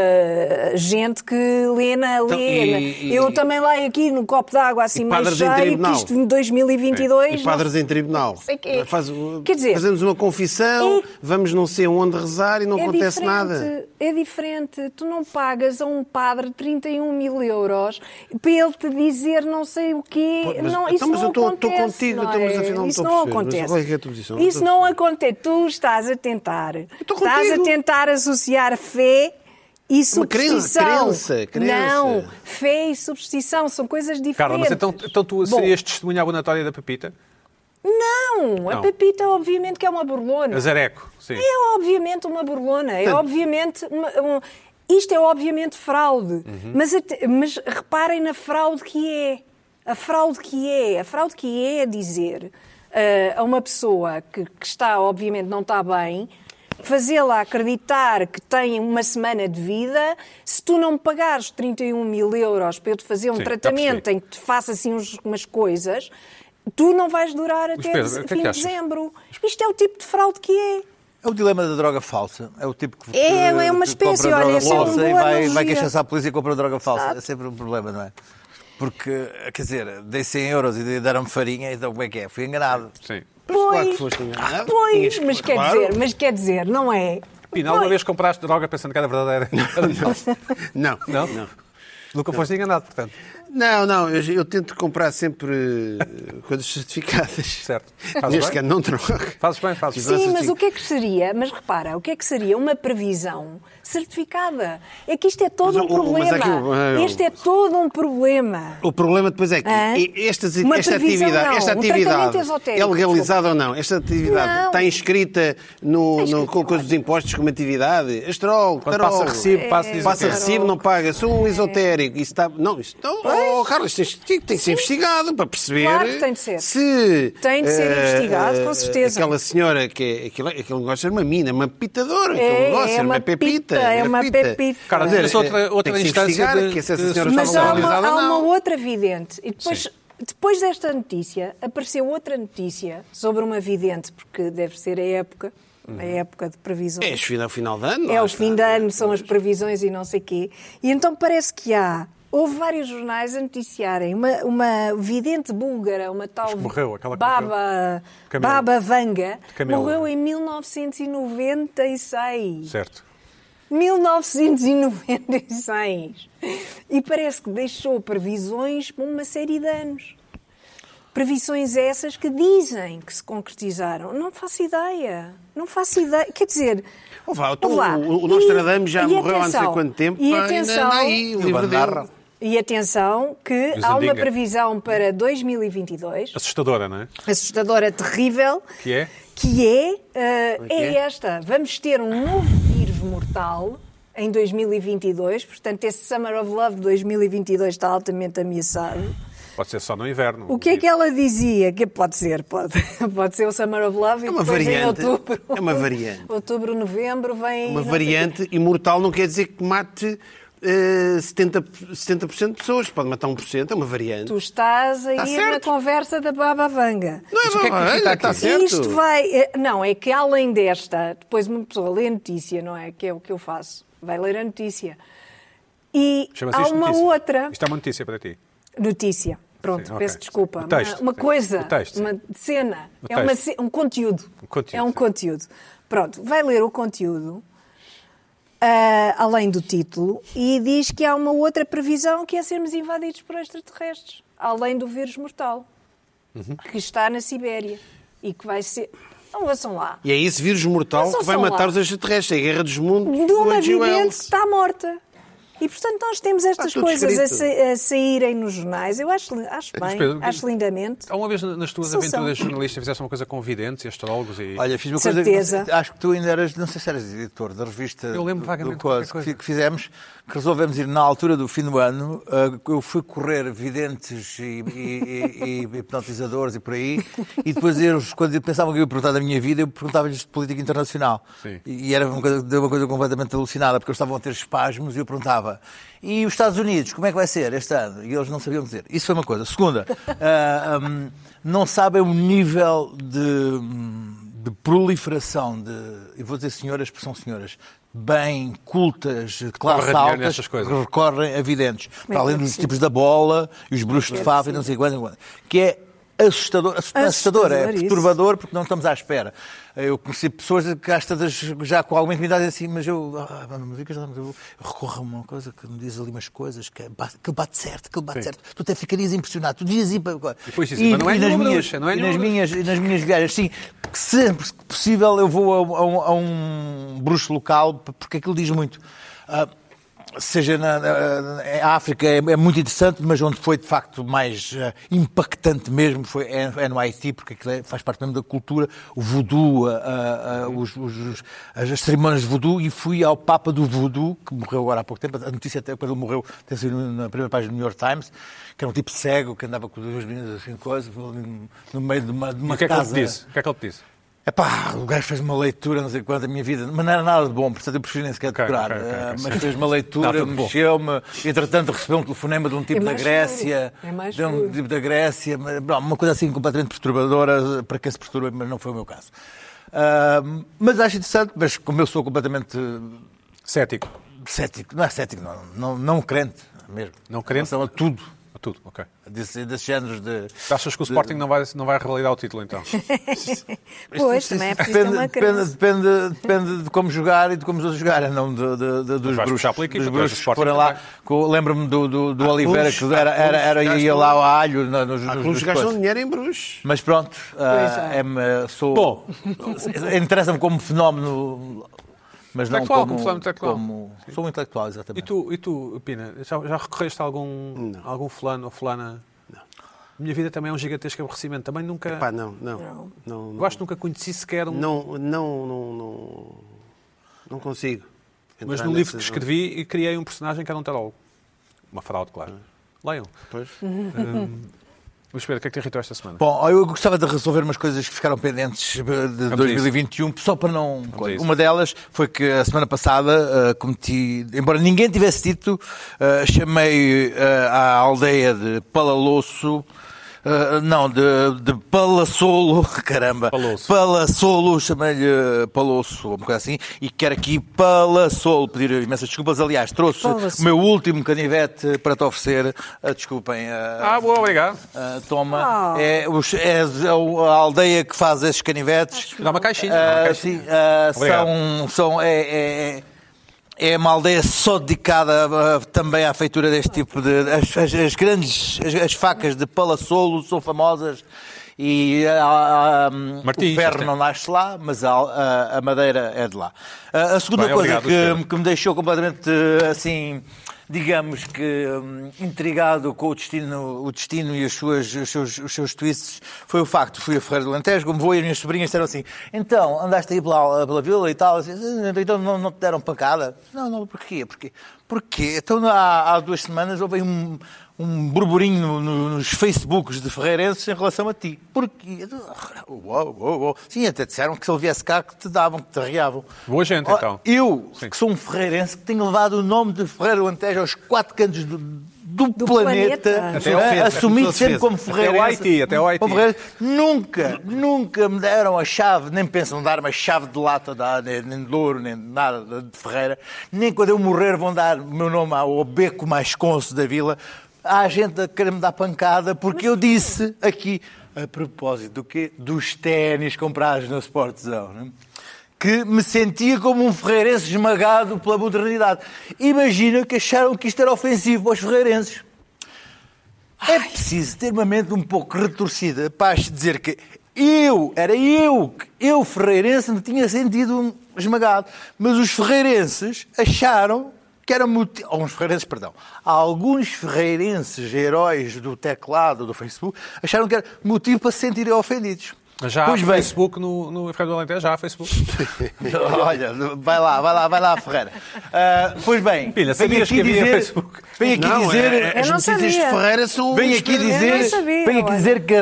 Speaker 3: gente que lê. Eu também leio aqui no copo d'água assim mais cheio, que isto em 2022...
Speaker 2: E padres em tribunal.
Speaker 3: Quer dizer,
Speaker 2: fazemos uma confissão, vamos não sei onde rezar e não acontece nada.
Speaker 3: É diferente. Tu não pagas a um padre 31 mil euros para ele te dizer não sei o quê. Isso não acontece. Isso não acontece. Isso não acontece. Tu estás a tentar associar fé e superstição.
Speaker 2: Crença.
Speaker 3: Não, fé e superstição são coisas diferentes.
Speaker 1: Carla, mas então tu serias testemunha abonatória da Pepita?
Speaker 3: Não, a Pepita obviamente que é uma burlona.
Speaker 1: A Zareco, sim.
Speaker 3: É obviamente uma burlona. É obviamente isto é obviamente fraude. Mas reparem na fraude que é. A fraude que é dizer a uma pessoa que está, obviamente, não está bem... fazê-la acreditar que tem uma semana de vida, se tu não me pagares 31.000 euros para eu te fazer um
Speaker 1: Sim,
Speaker 3: tratamento em que te faça assim umas coisas, tu não vais durar até
Speaker 1: Pedro, o que é
Speaker 3: fim
Speaker 1: que
Speaker 3: de
Speaker 1: achas?
Speaker 3: dezembro. Isto é o tipo de fraude que é.
Speaker 4: É o dilema da droga falsa. É o tipo que
Speaker 3: É uma
Speaker 4: que
Speaker 3: espécie,
Speaker 4: compra
Speaker 3: olha,
Speaker 4: droga
Speaker 3: essa é uma
Speaker 4: falsa e
Speaker 3: boa
Speaker 4: vai
Speaker 3: analogia.
Speaker 4: queixar-se à polícia e compra droga falsa.
Speaker 3: Exato.
Speaker 4: É sempre um problema, não é? Porque, quer dizer, dei 100 euros e deram-me farinha, então como é que é? Fui enganado.
Speaker 1: Sim.
Speaker 2: Claro que foste enganado.
Speaker 3: Pois,
Speaker 2: Tinhas-
Speaker 3: mas quer dizer, não é?
Speaker 1: Pina, alguma vez compraste droga pensando que era verdadeira?
Speaker 2: Não,
Speaker 1: Não?
Speaker 2: não.
Speaker 1: Nunca foste enganado, portanto.
Speaker 2: Não, eu tento comprar sempre coisas certificadas.
Speaker 1: Certo. Fazes
Speaker 2: Neste
Speaker 1: bem?
Speaker 2: caso, não droga.
Speaker 1: Fazes bem, fazes
Speaker 3: Sim,
Speaker 1: bem.
Speaker 3: mas o que é que seria? Mas repara, o que é que seria uma previsão certificada? É que isto é todo
Speaker 2: Mas
Speaker 3: um
Speaker 2: mas aqui
Speaker 3: problema. Este é todo um problema.
Speaker 2: O problema depois é que
Speaker 3: Hã?
Speaker 2: esta
Speaker 3: Uma previsão não,
Speaker 2: esta
Speaker 3: um
Speaker 2: atividade
Speaker 3: tratamento esotérico,
Speaker 2: é legalizada ou não? Esta atividade
Speaker 3: Não.
Speaker 2: está inscrita com coisa dos impostos como atividade? Astrólogo,
Speaker 1: Quando
Speaker 2: tarólogo.
Speaker 1: passa recibo, passa e diz o
Speaker 2: Passa
Speaker 1: quê?
Speaker 2: recibo, não paga. Sou um esotérico. Isso está... Não, isso não. Carlos, tem que ser investigado para perceber
Speaker 3: Claro que tem de ser.
Speaker 2: se...
Speaker 3: Tem de ser investigado, com certeza.
Speaker 2: Aquela senhora que aquele negócio é uma mina, uma pitadora.
Speaker 3: É,
Speaker 2: Aquele negócio
Speaker 3: é
Speaker 2: é uma
Speaker 3: uma
Speaker 2: pepita.
Speaker 3: pita, é uma pepita.
Speaker 1: Carlos,
Speaker 2: Quer
Speaker 1: mas
Speaker 2: dizer,
Speaker 1: outra
Speaker 2: tem que se
Speaker 1: instância
Speaker 2: investigar
Speaker 1: de-
Speaker 2: que se essa
Speaker 1: de-
Speaker 2: senhora
Speaker 3: Mas
Speaker 2: estava
Speaker 3: há
Speaker 2: legalizada
Speaker 3: uma
Speaker 2: ou não.
Speaker 3: outra vidente. E
Speaker 1: Sim.
Speaker 3: depois desta notícia, apareceu outra notícia sobre uma vidente, porque deve ser a época de previsões.
Speaker 2: É o final de ano.
Speaker 3: É
Speaker 2: lá
Speaker 3: o
Speaker 2: está.
Speaker 3: fim de ano, são as previsões e não sei quê. E então parece que houve vários jornais a noticiarem uma vidente búlgara, uma tal
Speaker 1: que morreu, aquela que
Speaker 3: Baba
Speaker 1: Camila.
Speaker 3: Vanga,
Speaker 1: Camila.
Speaker 3: morreu em 1996.
Speaker 1: Certo.
Speaker 3: 1996. E parece que deixou previsões por uma série de anos. Previsões essas que dizem que se concretizaram. Não faço ideia. Não faço ideia. Quer dizer...
Speaker 2: Então, o Nostradamus já morreu há não sei
Speaker 3: atenção,
Speaker 2: quanto tempo.
Speaker 3: E
Speaker 2: pá,
Speaker 3: atenção,
Speaker 2: ainda anda aí, o livro dele.
Speaker 3: e atenção que
Speaker 1: Os
Speaker 3: há uma
Speaker 1: Andinga.
Speaker 3: previsão para 2022,
Speaker 1: Assustadora, não é?
Speaker 3: assustadora, terrível,
Speaker 1: Que é?
Speaker 3: é esta. Vamos ter um novo vírus mortal em 2022, portanto esse Summer of Love de 2022 está altamente ameaçado.
Speaker 1: Pode ser só no inverno.
Speaker 3: O que é que ela dizia? Que pode ser o Summer of Love e
Speaker 2: É uma
Speaker 3: depois
Speaker 2: variante.
Speaker 3: em outubro.
Speaker 2: É uma variante.
Speaker 3: Outubro, novembro vem...
Speaker 2: Uma
Speaker 3: não sei
Speaker 2: variante imortal não quer dizer que mate 70% de pessoas. Pode matar 1%, é uma variante.
Speaker 3: Tu estás a ir na
Speaker 2: certo.
Speaker 3: conversa da Baba Vanga.
Speaker 2: Não é
Speaker 1: Mas o que é que
Speaker 2: olha,
Speaker 1: está
Speaker 2: está
Speaker 1: aqui?
Speaker 2: certo.
Speaker 3: Isto vai... Não, é que além desta, depois uma pessoa lê a notícia, não é? Que é o que eu faço. Vai ler a notícia. E
Speaker 1: Chama-se
Speaker 3: há
Speaker 1: isto
Speaker 3: uma
Speaker 1: notícia.
Speaker 3: outra
Speaker 1: Isto é uma notícia para ti.
Speaker 3: notícia. Pronto,
Speaker 1: Sim, ok.
Speaker 3: peço desculpa.
Speaker 1: O texto.
Speaker 3: Uma coisa,
Speaker 1: O texto, sim.
Speaker 3: uma cena.
Speaker 1: O
Speaker 3: É
Speaker 1: texto.
Speaker 3: um conteúdo.
Speaker 1: Um conteúdo,
Speaker 3: É um
Speaker 1: sim.
Speaker 3: conteúdo. Pronto, vai ler o conteúdo, além do título, e diz que há uma outra previsão que é sermos invadidos por extraterrestres, além do vírus mortal,
Speaker 1: Uhum.
Speaker 3: que está na Sibéria e que vai ser... Não ouçam lá.
Speaker 2: E é esse vírus mortal
Speaker 3: Mas
Speaker 2: que vai
Speaker 3: ouçam
Speaker 2: matar
Speaker 3: lá.
Speaker 2: os extraterrestres. É a guerra dos mundos
Speaker 3: De
Speaker 2: do
Speaker 3: uma
Speaker 2: H.G.
Speaker 3: vidente que
Speaker 2: Wells.
Speaker 3: está morta. E, portanto, nós temos estas
Speaker 2: tudo
Speaker 3: coisas
Speaker 2: escrito.
Speaker 3: a saírem nos jornais. Eu acho
Speaker 1: Mas,
Speaker 3: bem,
Speaker 1: Pedro,
Speaker 3: acho lindamente.
Speaker 1: Há uma vez nas tuas
Speaker 3: São.
Speaker 1: aventuras jornalistas fizeste uma coisa com videntes e astrólogos e...
Speaker 4: Olha, fiz uma
Speaker 3: Certeza.
Speaker 4: coisa. Acho que tu ainda eras, não sei se eras editor da revista.
Speaker 1: Eu lembro vagamente
Speaker 4: do
Speaker 1: qualquer
Speaker 4: coisa
Speaker 1: coisa.
Speaker 4: que fizemos, que resolvemos ir na altura do fim do ano. Eu fui correr videntes e hipnotizadores e por aí. E depois eles, quando pensavam que eu ia perguntar da minha vida, eu perguntava-lhes de política internacional.
Speaker 1: Sim.
Speaker 4: E era uma coisa completamente alucinada, porque eles estavam a ter espasmos e eu perguntava: e os Estados Unidos, como é que vai ser este ano? E eles não sabiam dizer. Isso foi uma coisa. Segunda, não sabem o nível de proliferação de, eu vou dizer senhoras, porque são senhoras, bem cultas, de classe
Speaker 1: Recorrem dinheiro
Speaker 4: alta,
Speaker 1: nestas coisas.
Speaker 4: que recorrem a videntes.
Speaker 3: é
Speaker 4: Para além
Speaker 3: que é
Speaker 4: dos
Speaker 3: possível?
Speaker 4: tipos da bola e os bruxos de fava e não sei quanto, que é assustador, é
Speaker 3: Assustador,
Speaker 4: é
Speaker 3: isso.
Speaker 4: perturbador porque não estamos à espera. Eu conheci pessoas que às tantas, já com alguma intimidade assim, mas eu recorro a uma coisa que me diz ali umas coisas que bate certo, tu até ficarias impressionado, tu dizias ir para...
Speaker 1: depois dizes, mas não é números, não é números.
Speaker 4: E nas minhas viagens, sim, que sempre que possível eu vou a um bruxo local, porque aquilo diz muito. Seja em África é muito interessante, mas onde foi de facto mais impactante mesmo é no Haiti, porque aquilo faz parte mesmo da cultura, o voodoo, as cerimónias de voodoo, e fui ao Papa do voodoo, que morreu agora há pouco tempo. A notícia até quando ele morreu tem sido na primeira página do New York Times, que era um tipo cego, que andava com duas meninas assim, coisa, no meio de uma
Speaker 1: E o que é que ele
Speaker 4: casa.
Speaker 1: te disse? O que é que ele te disse?
Speaker 4: Epá, o gajo fez uma leitura, não sei quanto, da minha vida, mas não era nada de bom, portanto eu prefiro nem sequer decorar. Mas fez uma leitura, mexeu-me, entretanto recebeu um telefonema de um tipo da Grécia. De um tipo da Grécia, uma coisa assim completamente perturbadora, para quem se perturba, mas não foi o meu caso. Mas acho interessante, mas como eu sou completamente
Speaker 1: Cético.
Speaker 4: não é cético, não crente mesmo.
Speaker 1: Não crente?
Speaker 4: Em relação a tudo.
Speaker 1: A tudo, ok.
Speaker 4: Desses géneros de...
Speaker 1: Achas que o Sporting não vai revalidar o título, então?
Speaker 3: Pois, também é preciso ter uma crença.
Speaker 4: Depende de como jogar e de como os outros jogarem, não dos bruxos que foram lá. Lembro-me do Oliveira, que ia lá ao alho nos
Speaker 2: Alguns gastam dinheiro em bruxos.
Speaker 4: Mas pronto,
Speaker 1: Bom.
Speaker 4: interessa-me como fenómeno... Mas não
Speaker 1: como fulano intelectual.
Speaker 4: Sou um intelectual, exatamente.
Speaker 1: E tu, Pina, já recorreste a algum fulano ou fulana?
Speaker 2: Não.
Speaker 1: Minha vida também é um gigantesco aborrecimento. Também nunca...
Speaker 2: Epá, não.
Speaker 1: Eu acho que nunca conheci sequer um...
Speaker 2: Não consigo.
Speaker 1: Mas no livro que escrevi, criei um personagem que era um tarólogo. Uma fraude, claro. Leiam.
Speaker 2: Pois.
Speaker 1: Luís Pedro, o que é que te irritou esta semana?
Speaker 4: Bom, eu gostava de resolver umas coisas que ficaram pendentes de 2021, só para não... Uma delas foi que a semana passada cometi, embora ninguém tivesse dito, chamei à aldeia de Palaloço, de Palassolo, caramba. Palassolo, chamei-lhe Palosso, uma coisa assim, e quero aqui Palassolo pedir imensas desculpas. Aliás, trouxe o meu último canivete para te oferecer. Desculpem.
Speaker 1: Boa, obrigado.
Speaker 4: Toma. É a aldeia que faz esses canivetes.
Speaker 1: Dá uma caixinha.
Speaker 4: Sim, é uma aldeia só dedicada também à feitura deste tipo de... As facas de Palassolo são famosas e o ferro não nasce lá, mas a madeira é de lá. A segunda coisa que me deixou completamente assim... digamos que intrigado com o destino e os seus twists, foi o facto, fui a Ferreira do Alentejo, como vou e as minhas sobrinhas disseram assim, então, andaste aí pela vila e tal, assim, então não te deram pancada? Não, porquê? Então há 2 semanas houve um burburinho nos Facebooks de ferreirenses em relação a ti. Porquê? Uou. Sim, até disseram que se ele viesse cá que te davam, que te arriavam.
Speaker 1: Boa gente, então.
Speaker 4: Eu, que sou um ferreirense, que tenho levado o nome de Ferreira do Alentejo aos 4 cantos do planeta, assumido sempre como ferreirense.
Speaker 1: Até o Haiti.
Speaker 4: Nunca me deram a chave, nem pensam dar-me a chave de lata, nem de ouro, nem nada de Ferreira. Nem quando eu morrer vão dar o meu nome ao beco mais conso da vila. Há gente a querer me dar pancada porque eu disse aqui, a propósito do quê? Dos ténis comprados na Sportzão, não é? Que me sentia como um ferreirense esmagado pela modernidade. Imagina que acharam que isto era ofensivo aos ferreirenses. É preciso ter uma mente um pouco retorcida para dizer que eu ferreirense, me tinha sentido esmagado. Mas os ferreirenses acharam que era motivo... Alguns ferreirenses heróis do teclado do Facebook acharam que era motivo para se sentirem ofendidos.
Speaker 1: Já há Facebook no Ferreira do Alentejo? Já há Facebook?
Speaker 4: Olha, vai lá, Ferreira. Pois bem,
Speaker 1: Pina, sabias que havia Facebook?
Speaker 4: Venho aqui dizer...
Speaker 3: As notícias de
Speaker 2: Ferreira são...
Speaker 4: Venho aqui dizer que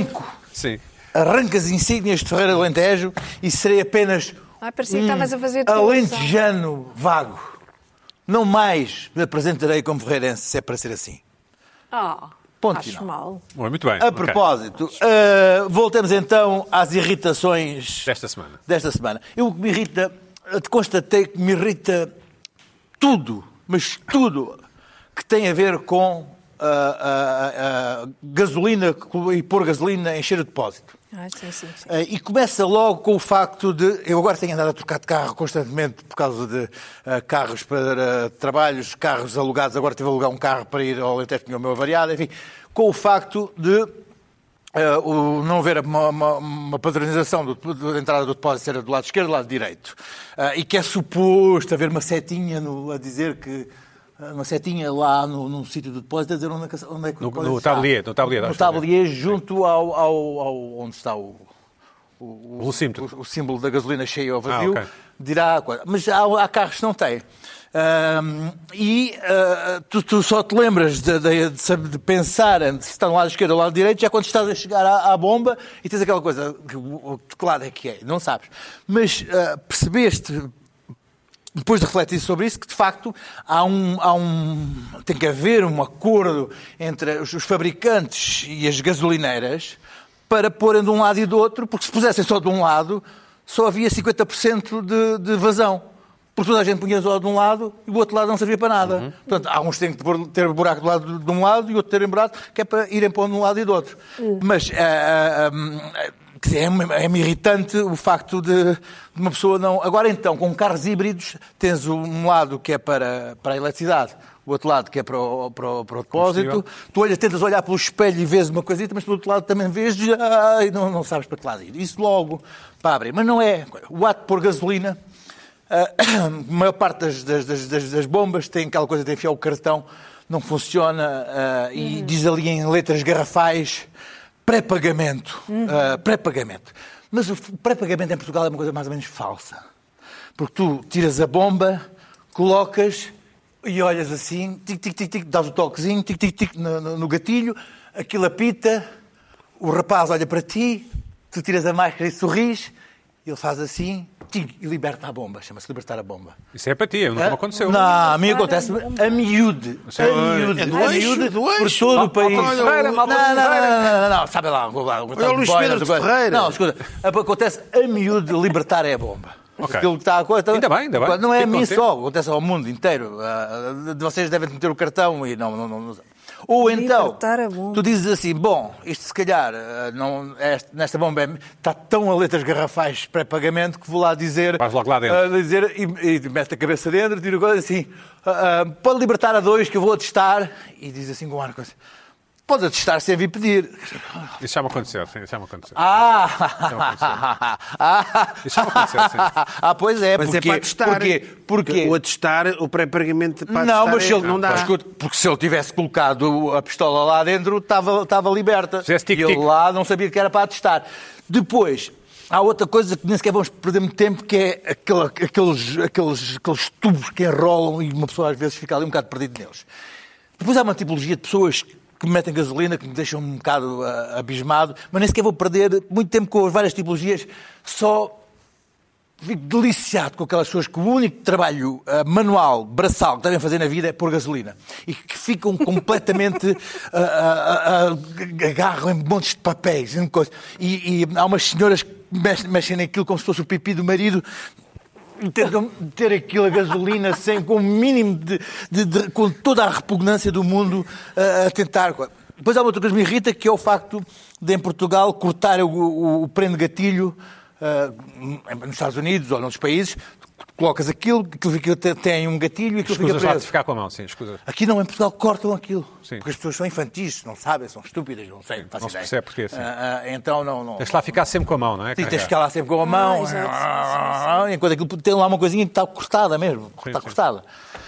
Speaker 4: arranco as insígnias de Ferreira do Alentejo e serei apenas
Speaker 3: parecia que estavas a fazer
Speaker 4: alentejano vago. Não mais me apresentarei como ferreirense, se é para ser assim.
Speaker 3: Acho mal.
Speaker 1: Muito bem.
Speaker 4: A propósito, voltemos então às irritações desta semana. Eu que me irrita, constatei que me irrita tudo, mas tudo que tem a ver com gasolina e pôr gasolina, encher o depósito.
Speaker 3: Sim.
Speaker 4: E começa logo com o facto de... Eu agora tenho andado a trocar de carro constantemente por causa de carros para trabalhos, carros alugados. Agora tive a alugar um carro para ir ao Alentejo, tinha o meu avariado. Enfim, com o facto de não haver uma padronização da entrada do depósito ser do lado esquerdo, do lado direito. E que é suposto haver uma setinha a dizer que... Uma setinha lá num sítio do depósito a dizer onde é que o depósito
Speaker 1: está. No tablier,
Speaker 4: junto ao onde está o
Speaker 1: velocímetro.
Speaker 4: O símbolo da gasolina cheia ou vazio,
Speaker 1: okay.
Speaker 4: Dirá... Mas há carros que não têm. Tu só te lembras de pensar se está no lado esquerdo ou no lado direito já quando estás a chegar à bomba e tens aquela coisa, que lado é que é? Não sabes. Mas percebeste, depois de refletir sobre isso, que de facto tem que haver um acordo entre os fabricantes e as gasolineiras para porem de um lado e do outro, porque se pusessem só de um lado, só havia 50% de vazão. Porque toda a gente punha só de um lado e o outro lado não servia para nada. Portanto, há uns que têm que ter buraco do lado de um lado e outros terem buraco, que é para irem para um lado e do outro. Mas é-me irritante o facto de uma pessoa não... Agora então, com carros híbridos, tens um lado que é para a eletricidade, o outro lado que é para o depósito. Tu tentas olhar pelo espelho e vês uma coisita, mas pelo outro lado também vês e não sabes para que lado ir. Isso logo para abrir. Mas não é. O ato de pôr gasolina... A maior parte das bombas tem aquela coisa de enfiar o cartão, não funciona, e diz ali em letras garrafais pré-pagamento. Pré-pagamento. Mas o pré-pagamento em Portugal é uma coisa mais ou menos falsa. Porque tu tiras a bomba, colocas e olhas assim, tic-tic-tic, dás o toquezinho, tic-tic-tic no gatilho, aquilo apita, o rapaz olha para ti, tu tiras a máscara e sorris, ele faz assim... E liberta a bomba, chama-se libertar a bomba.
Speaker 1: Isso é para ti, nunca me aconteceu.
Speaker 4: Não, a mim acontece a miúde.
Speaker 2: É do eixo,
Speaker 4: por todo o país. Não, sabe lá.
Speaker 2: Olha o Luís Pedro de Ferreira.
Speaker 4: Não, escuta, acontece a miúde libertar a bomba.
Speaker 1: Okay.
Speaker 4: Aquilo que está a coisa.
Speaker 1: Ainda bem.
Speaker 4: Não é a
Speaker 1: Fico
Speaker 4: mim
Speaker 1: contente.
Speaker 4: só, acontece ao mundo inteiro. Vocês devem meter o cartão e não. Ou então, tu dizes assim, bom, isto se calhar, nesta bomba está tão a letras garrafais pré-pagamento que vou lá dizer...
Speaker 1: Vais logo lá dentro.
Speaker 4: E mete a cabeça dentro, tira coisa assim, pode libertar a 2 que eu vou atestar, e diz assim com um ar, pode atestar sem vir pedir.
Speaker 1: Isso já me aconteceu, sim, isso já me aconteceu. Isso já me aconteceu, sim.
Speaker 4: Pois é,
Speaker 2: mas
Speaker 4: porque,
Speaker 2: é para atestar.
Speaker 4: Porque
Speaker 2: o atestar, o pré-pagamento para
Speaker 4: não,
Speaker 2: atestar
Speaker 4: mas se ele
Speaker 2: não dá.
Speaker 4: Porque se ele tivesse colocado a pistola lá dentro, estava liberta.
Speaker 1: Fizesse tic-tic.
Speaker 4: E ele lá não sabia que era para atestar. Depois, há outra coisa que nem sequer vamos perder muito tempo, que é aqueles tubos que enrolam e uma pessoa às vezes fica ali um bocado perdido neles. Depois há uma tipologia de pessoas que metem gasolina, que me deixam um bocado abismado, mas nem sequer vou perder muito tempo com as várias tipologias, só fico deliciado com aquelas pessoas que o único trabalho manual, braçal, que devem fazer na vida é pôr gasolina. E que ficam completamente... agarram em montes de papéis. E há umas senhoras que mexem naquilo como se fosse o pipi do marido... Tentam ter aquilo a gasolina com o mínimo com toda a repugnância do mundo a tentar. Depois há outra coisa que me irrita, que é o facto de em Portugal cortar o prende-gatilho nos Estados Unidos ou noutros países. Colocas aquilo tem um gatilho e aquilo fica
Speaker 1: Escusas lá de
Speaker 4: preso.
Speaker 1: ficar com a mão, sim, escusas.
Speaker 4: Aqui não, em Portugal cortam aquilo.
Speaker 1: Sim.
Speaker 4: Porque as pessoas são infantis, não sabem, são estúpidas, não sei.
Speaker 1: Não se percebe porquê, sim.
Speaker 4: Então não.
Speaker 1: Tens de lá ficar sempre com a mão, não é?
Speaker 4: Sim, tens de ficar lá sempre com a mão. Enquanto aquilo tem lá uma coisinha que está cortada mesmo. Está cortada.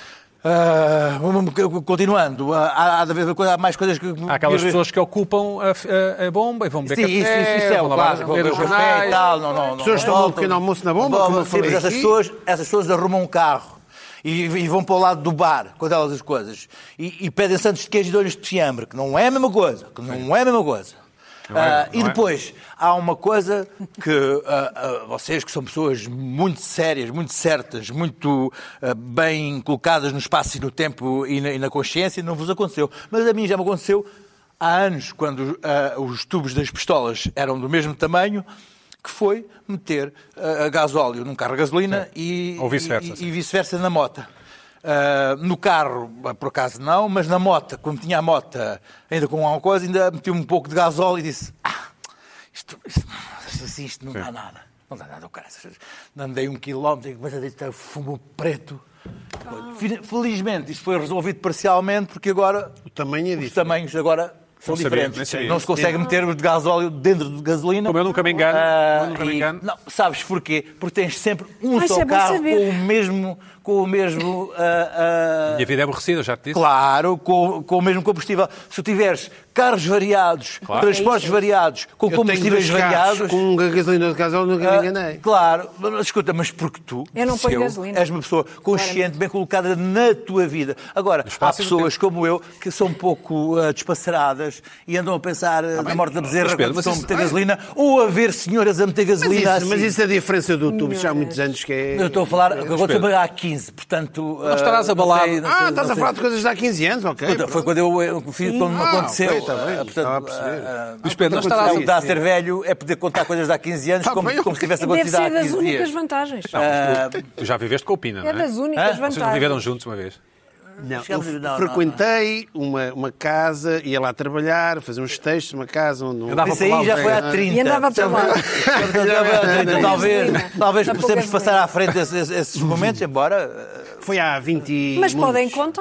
Speaker 4: Continuando, há de haver mais coisas que...
Speaker 1: Há aquelas pessoas que ocupam a bomba e vão beber café,
Speaker 4: isso é o
Speaker 1: vão lá
Speaker 4: clássico,
Speaker 1: ler os
Speaker 4: café e
Speaker 1: jornais.
Speaker 4: tal. Não,
Speaker 2: Pessoas tomam um pequeno almoço na bomba, como eu falei
Speaker 4: essas
Speaker 2: aqui.
Speaker 4: pessoas arrumam um carro e vão para o lado do bar com aquelas as coisas e pedem santos de queijo e olhos de fiambre, que não é a mesma coisa. E depois, há uma coisa que vocês, que são pessoas muito sérias, muito certas, muito bem colocadas no espaço e no tempo e na consciência, não vos aconteceu. Mas a mim já me aconteceu há anos, quando os tubos das pistolas eram do mesmo tamanho, que foi meter gasóleo num carro de gasolina e vice-versa na mota. No carro, por acaso não, mas na moto, quando tinha a moto ainda com alguma coisa, ainda meti um pouco de gasóleo e disse isto não dá nada. Não dá nada ao cara. Andei 1 quilómetro e comecei a deitar fumo preto. Felizmente, isto foi resolvido parcialmente, porque agora
Speaker 2: O tamanho é
Speaker 4: os
Speaker 2: diferente.
Speaker 4: tamanhos agora são diferentes.
Speaker 1: nem
Speaker 4: Não se consegue meter os de gasóleo dentro de gasolina.
Speaker 1: Como eu nunca me engano.
Speaker 4: Não, sabes porquê? Porque tens sempre um
Speaker 3: Isso
Speaker 4: só
Speaker 3: é bom
Speaker 4: carro
Speaker 3: saber.
Speaker 4: com o mesmo
Speaker 1: Minha vida é aborrecida, já te disse.
Speaker 4: claro, com o mesmo combustível. Se tu tiveres carros variados, transportes variados, com combustíveis variados.
Speaker 2: Com uma gasolina de casal nunca me enganei.
Speaker 4: Claro, mas escuta, mas porque tu,
Speaker 3: Eu não ponho gasolina.
Speaker 4: és uma pessoa consciente, bem colocada na tua vida. Agora, há pessoas como eu que são um pouco despassaradas e andam a pensar na morte da bezerra quando estão a meter gasolina ou a ver senhoras a meter gasolina
Speaker 2: Mas isso é a diferença do YouTube, já há muitos anos que é...
Speaker 4: Eu estou a falar, aconteceu há 15, portanto...
Speaker 1: Não estarás abalado.
Speaker 2: Estás a falar de coisas de há 15 anos, ok.
Speaker 4: Foi quando eu fiz, quando me aconteceu.
Speaker 2: Ok, está bem, estava a perceber.
Speaker 1: Luís Pedro, não estarás
Speaker 4: Está a ser velho é poder contar coisas de há 15 anos como se tivesse
Speaker 3: Deve
Speaker 4: acontecido há
Speaker 3: ser das
Speaker 4: 15
Speaker 3: únicas
Speaker 4: dias.
Speaker 3: vantagens.
Speaker 1: Tu já viveste com o Pina, não
Speaker 3: É das únicas
Speaker 1: Vocês não
Speaker 3: vantagens.
Speaker 1: viveram juntos uma vez?
Speaker 2: Não, eu frequentei uma casa, ia lá trabalhar, fazer uns textos, uma casa onde...
Speaker 4: Isso aí já foi há 30.
Speaker 3: E andava para lá.
Speaker 4: Talvez possamos passar à frente esses momentos, embora...
Speaker 2: Foi há 20...
Speaker 3: Mas podem contar.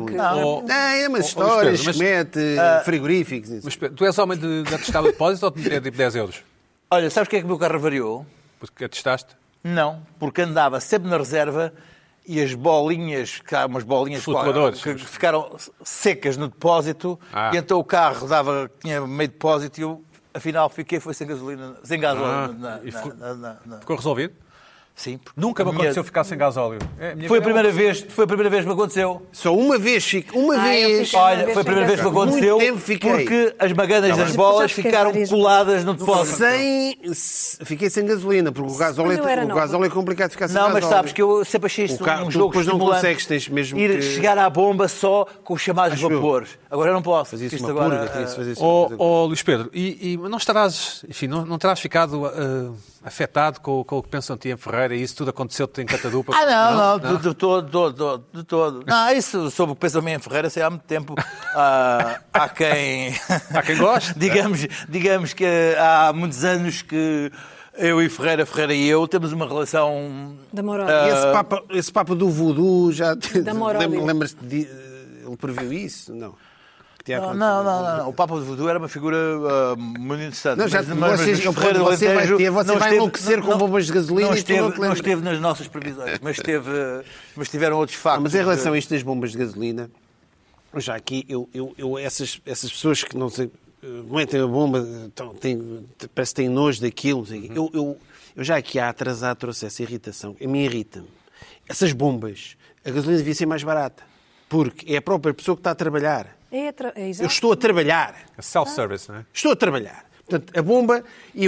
Speaker 2: É umas histórias que mete, frigoríficos.
Speaker 1: Mas tu és homem de atestado de depósito ou de tipo 10 euros?
Speaker 4: Olha, sabes porque é que o meu carro variou?
Speaker 1: Porque atestaste?
Speaker 4: Não, porque andava sempre na reserva e as bolinhas, que há umas bolinhas
Speaker 1: Flutuadores.
Speaker 4: que ficaram secas no depósito, e então o carro tinha meio depósito e eu, afinal, foi sem gasolina, sem gasóleo.
Speaker 1: Ficou resolvido?
Speaker 4: Sim.
Speaker 1: Nunca me aconteceu ficar sem gasóleo.
Speaker 4: Foi a primeira vez que me aconteceu.
Speaker 2: Só uma vez, uma vez.
Speaker 4: Olha, foi a primeira vez que me aconteceu porque as maganas das bolas ficaram coladas no depósito.
Speaker 2: Fiquei sem gasolina, porque o gasóleo é complicado ficar sem gasóleo.
Speaker 4: Não, mas sabes que eu sempre achei isto um jogo
Speaker 2: depois não consegues, tens mesmo
Speaker 4: ir chegar à bomba só com os chamados vapores. Agora eu não posso.
Speaker 2: Fazer isso
Speaker 4: agora...
Speaker 1: Luís Pedro, e não estarás, enfim, não terás ficado afetado com o que pensam de ti em Ferreira e isso tudo aconteceu-te em Catadupa?
Speaker 4: Não, de todo. Não, isso sobre o que pensam em Ferreira sei há muito tempo. Há quem
Speaker 1: goste.
Speaker 4: digamos que há muitos anos que eu e Ferreira e eu temos uma relação...
Speaker 3: Da moral.
Speaker 2: Esse papo do voodoo já...
Speaker 3: Da moral.
Speaker 2: Lembras-te de... Ele previu isso? Não.
Speaker 4: Não. O Papa do Voodoo era uma figura muito interessante.
Speaker 2: Não, você vai enlouquecer com bombas de gasolina
Speaker 4: não esteve nas nossas previsões, mas tiveram outros factos.
Speaker 2: Mas em relação a isto das bombas de gasolina, já aqui, essas pessoas que não sei, metem a bomba, parece que têm nojo daquilo, eu já aqui há atrasado trouxe essa irritação. A mim irrita-me. Essas bombas, a gasolina devia ser mais barata, porque é a própria pessoa que está a trabalhar. Eu estou a trabalhar.
Speaker 1: É self-service, não é?
Speaker 2: Estou a trabalhar. Portanto, a bomba,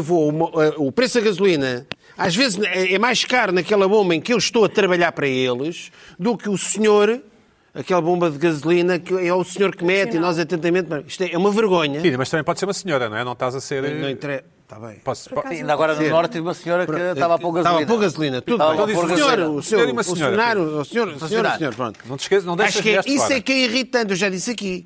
Speaker 2: o preço da gasolina, às vezes é mais caro naquela bomba em que eu estou a trabalhar para eles, do que o senhor, aquela bomba de gasolina, que é o senhor que mete e nós atentamente... Isto é uma vergonha.
Speaker 1: Sim, mas também pode ser uma senhora, não é? Não estás a ser...
Speaker 2: Não interessa. Está bem.
Speaker 4: Ainda agora no Norte tive uma senhora que estava a pôr gasolina.
Speaker 2: Estava a pôr gasolina, tudo bem. O senhor, pronto.
Speaker 1: Não te esqueças, não deixes de
Speaker 2: isso fora. É que é irritante, eu já disse aqui.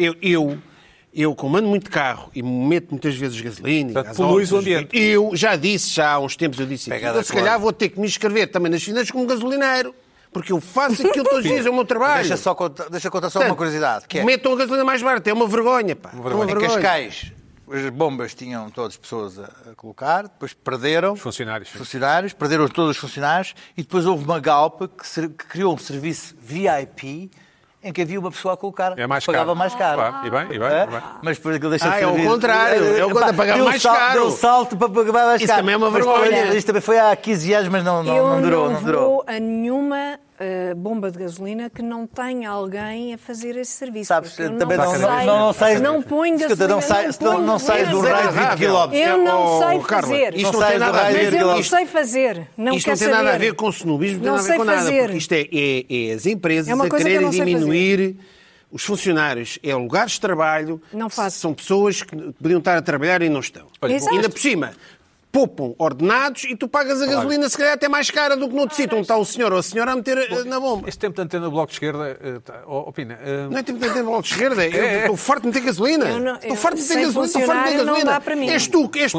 Speaker 2: Eu comando muito carro e meto muitas vezes gasolina,
Speaker 1: poluis o ambiente.
Speaker 2: Eu já disse, há uns tempos eu disse, se calhar vou ter que me inscrever também nas finanças como gasolineiro. Porque eu faço aquilo todos os dias, é o meu trabalho.
Speaker 4: Deixa contar só uma curiosidade. Que é,
Speaker 2: metam a gasolina mais barata, é uma vergonha, pá.
Speaker 4: Em Cascais, as bombas tinham todas as pessoas a colocar, depois perderam...
Speaker 1: Funcionários,
Speaker 4: perderam todos os funcionários e depois houve uma Galp que criou um serviço VIP em que havia uma pessoa a colocar, pagava mais caro.
Speaker 1: E bem.
Speaker 4: Mas depois aquilo deixa de
Speaker 2: é o contrário. É o contrário, pagava mais caro.
Speaker 4: Deu salto para pagar mais caro.
Speaker 2: Isso também é uma vergonha.
Speaker 4: Isto também foi há 15 anos, mas não durou.
Speaker 3: Eu não vou a nenhuma bomba de gasolina que não tenha alguém a fazer esse serviço.
Speaker 4: Sabes, também
Speaker 3: não ponho gasolina.
Speaker 4: Não sai do raio de 20 km.
Speaker 3: Eu não sei fazer.
Speaker 2: Isto não tem nada a ver.
Speaker 3: Mas eu não sei fazer.
Speaker 2: Isto não tem nada a ver com snobismo, não tem nada a ver com nada. Porque isto é as empresas a quererem diminuir os funcionários. É lugares de trabalho. São pessoas que podiam estar a trabalhar e não estão. Ainda por cima, poupam ordenados e tu pagas a gasolina se calhar até mais cara do que no outro sítio onde está o senhor ou a senhora a meter na bomba.
Speaker 1: Este tempo de antena do Bloco de Esquerda, opina...
Speaker 2: Não é tempo de antena do Bloco de Esquerda, eu estou farto de meter gasolina. Estou farto de meter gasolina.
Speaker 3: Não dá para mim.
Speaker 2: És tu que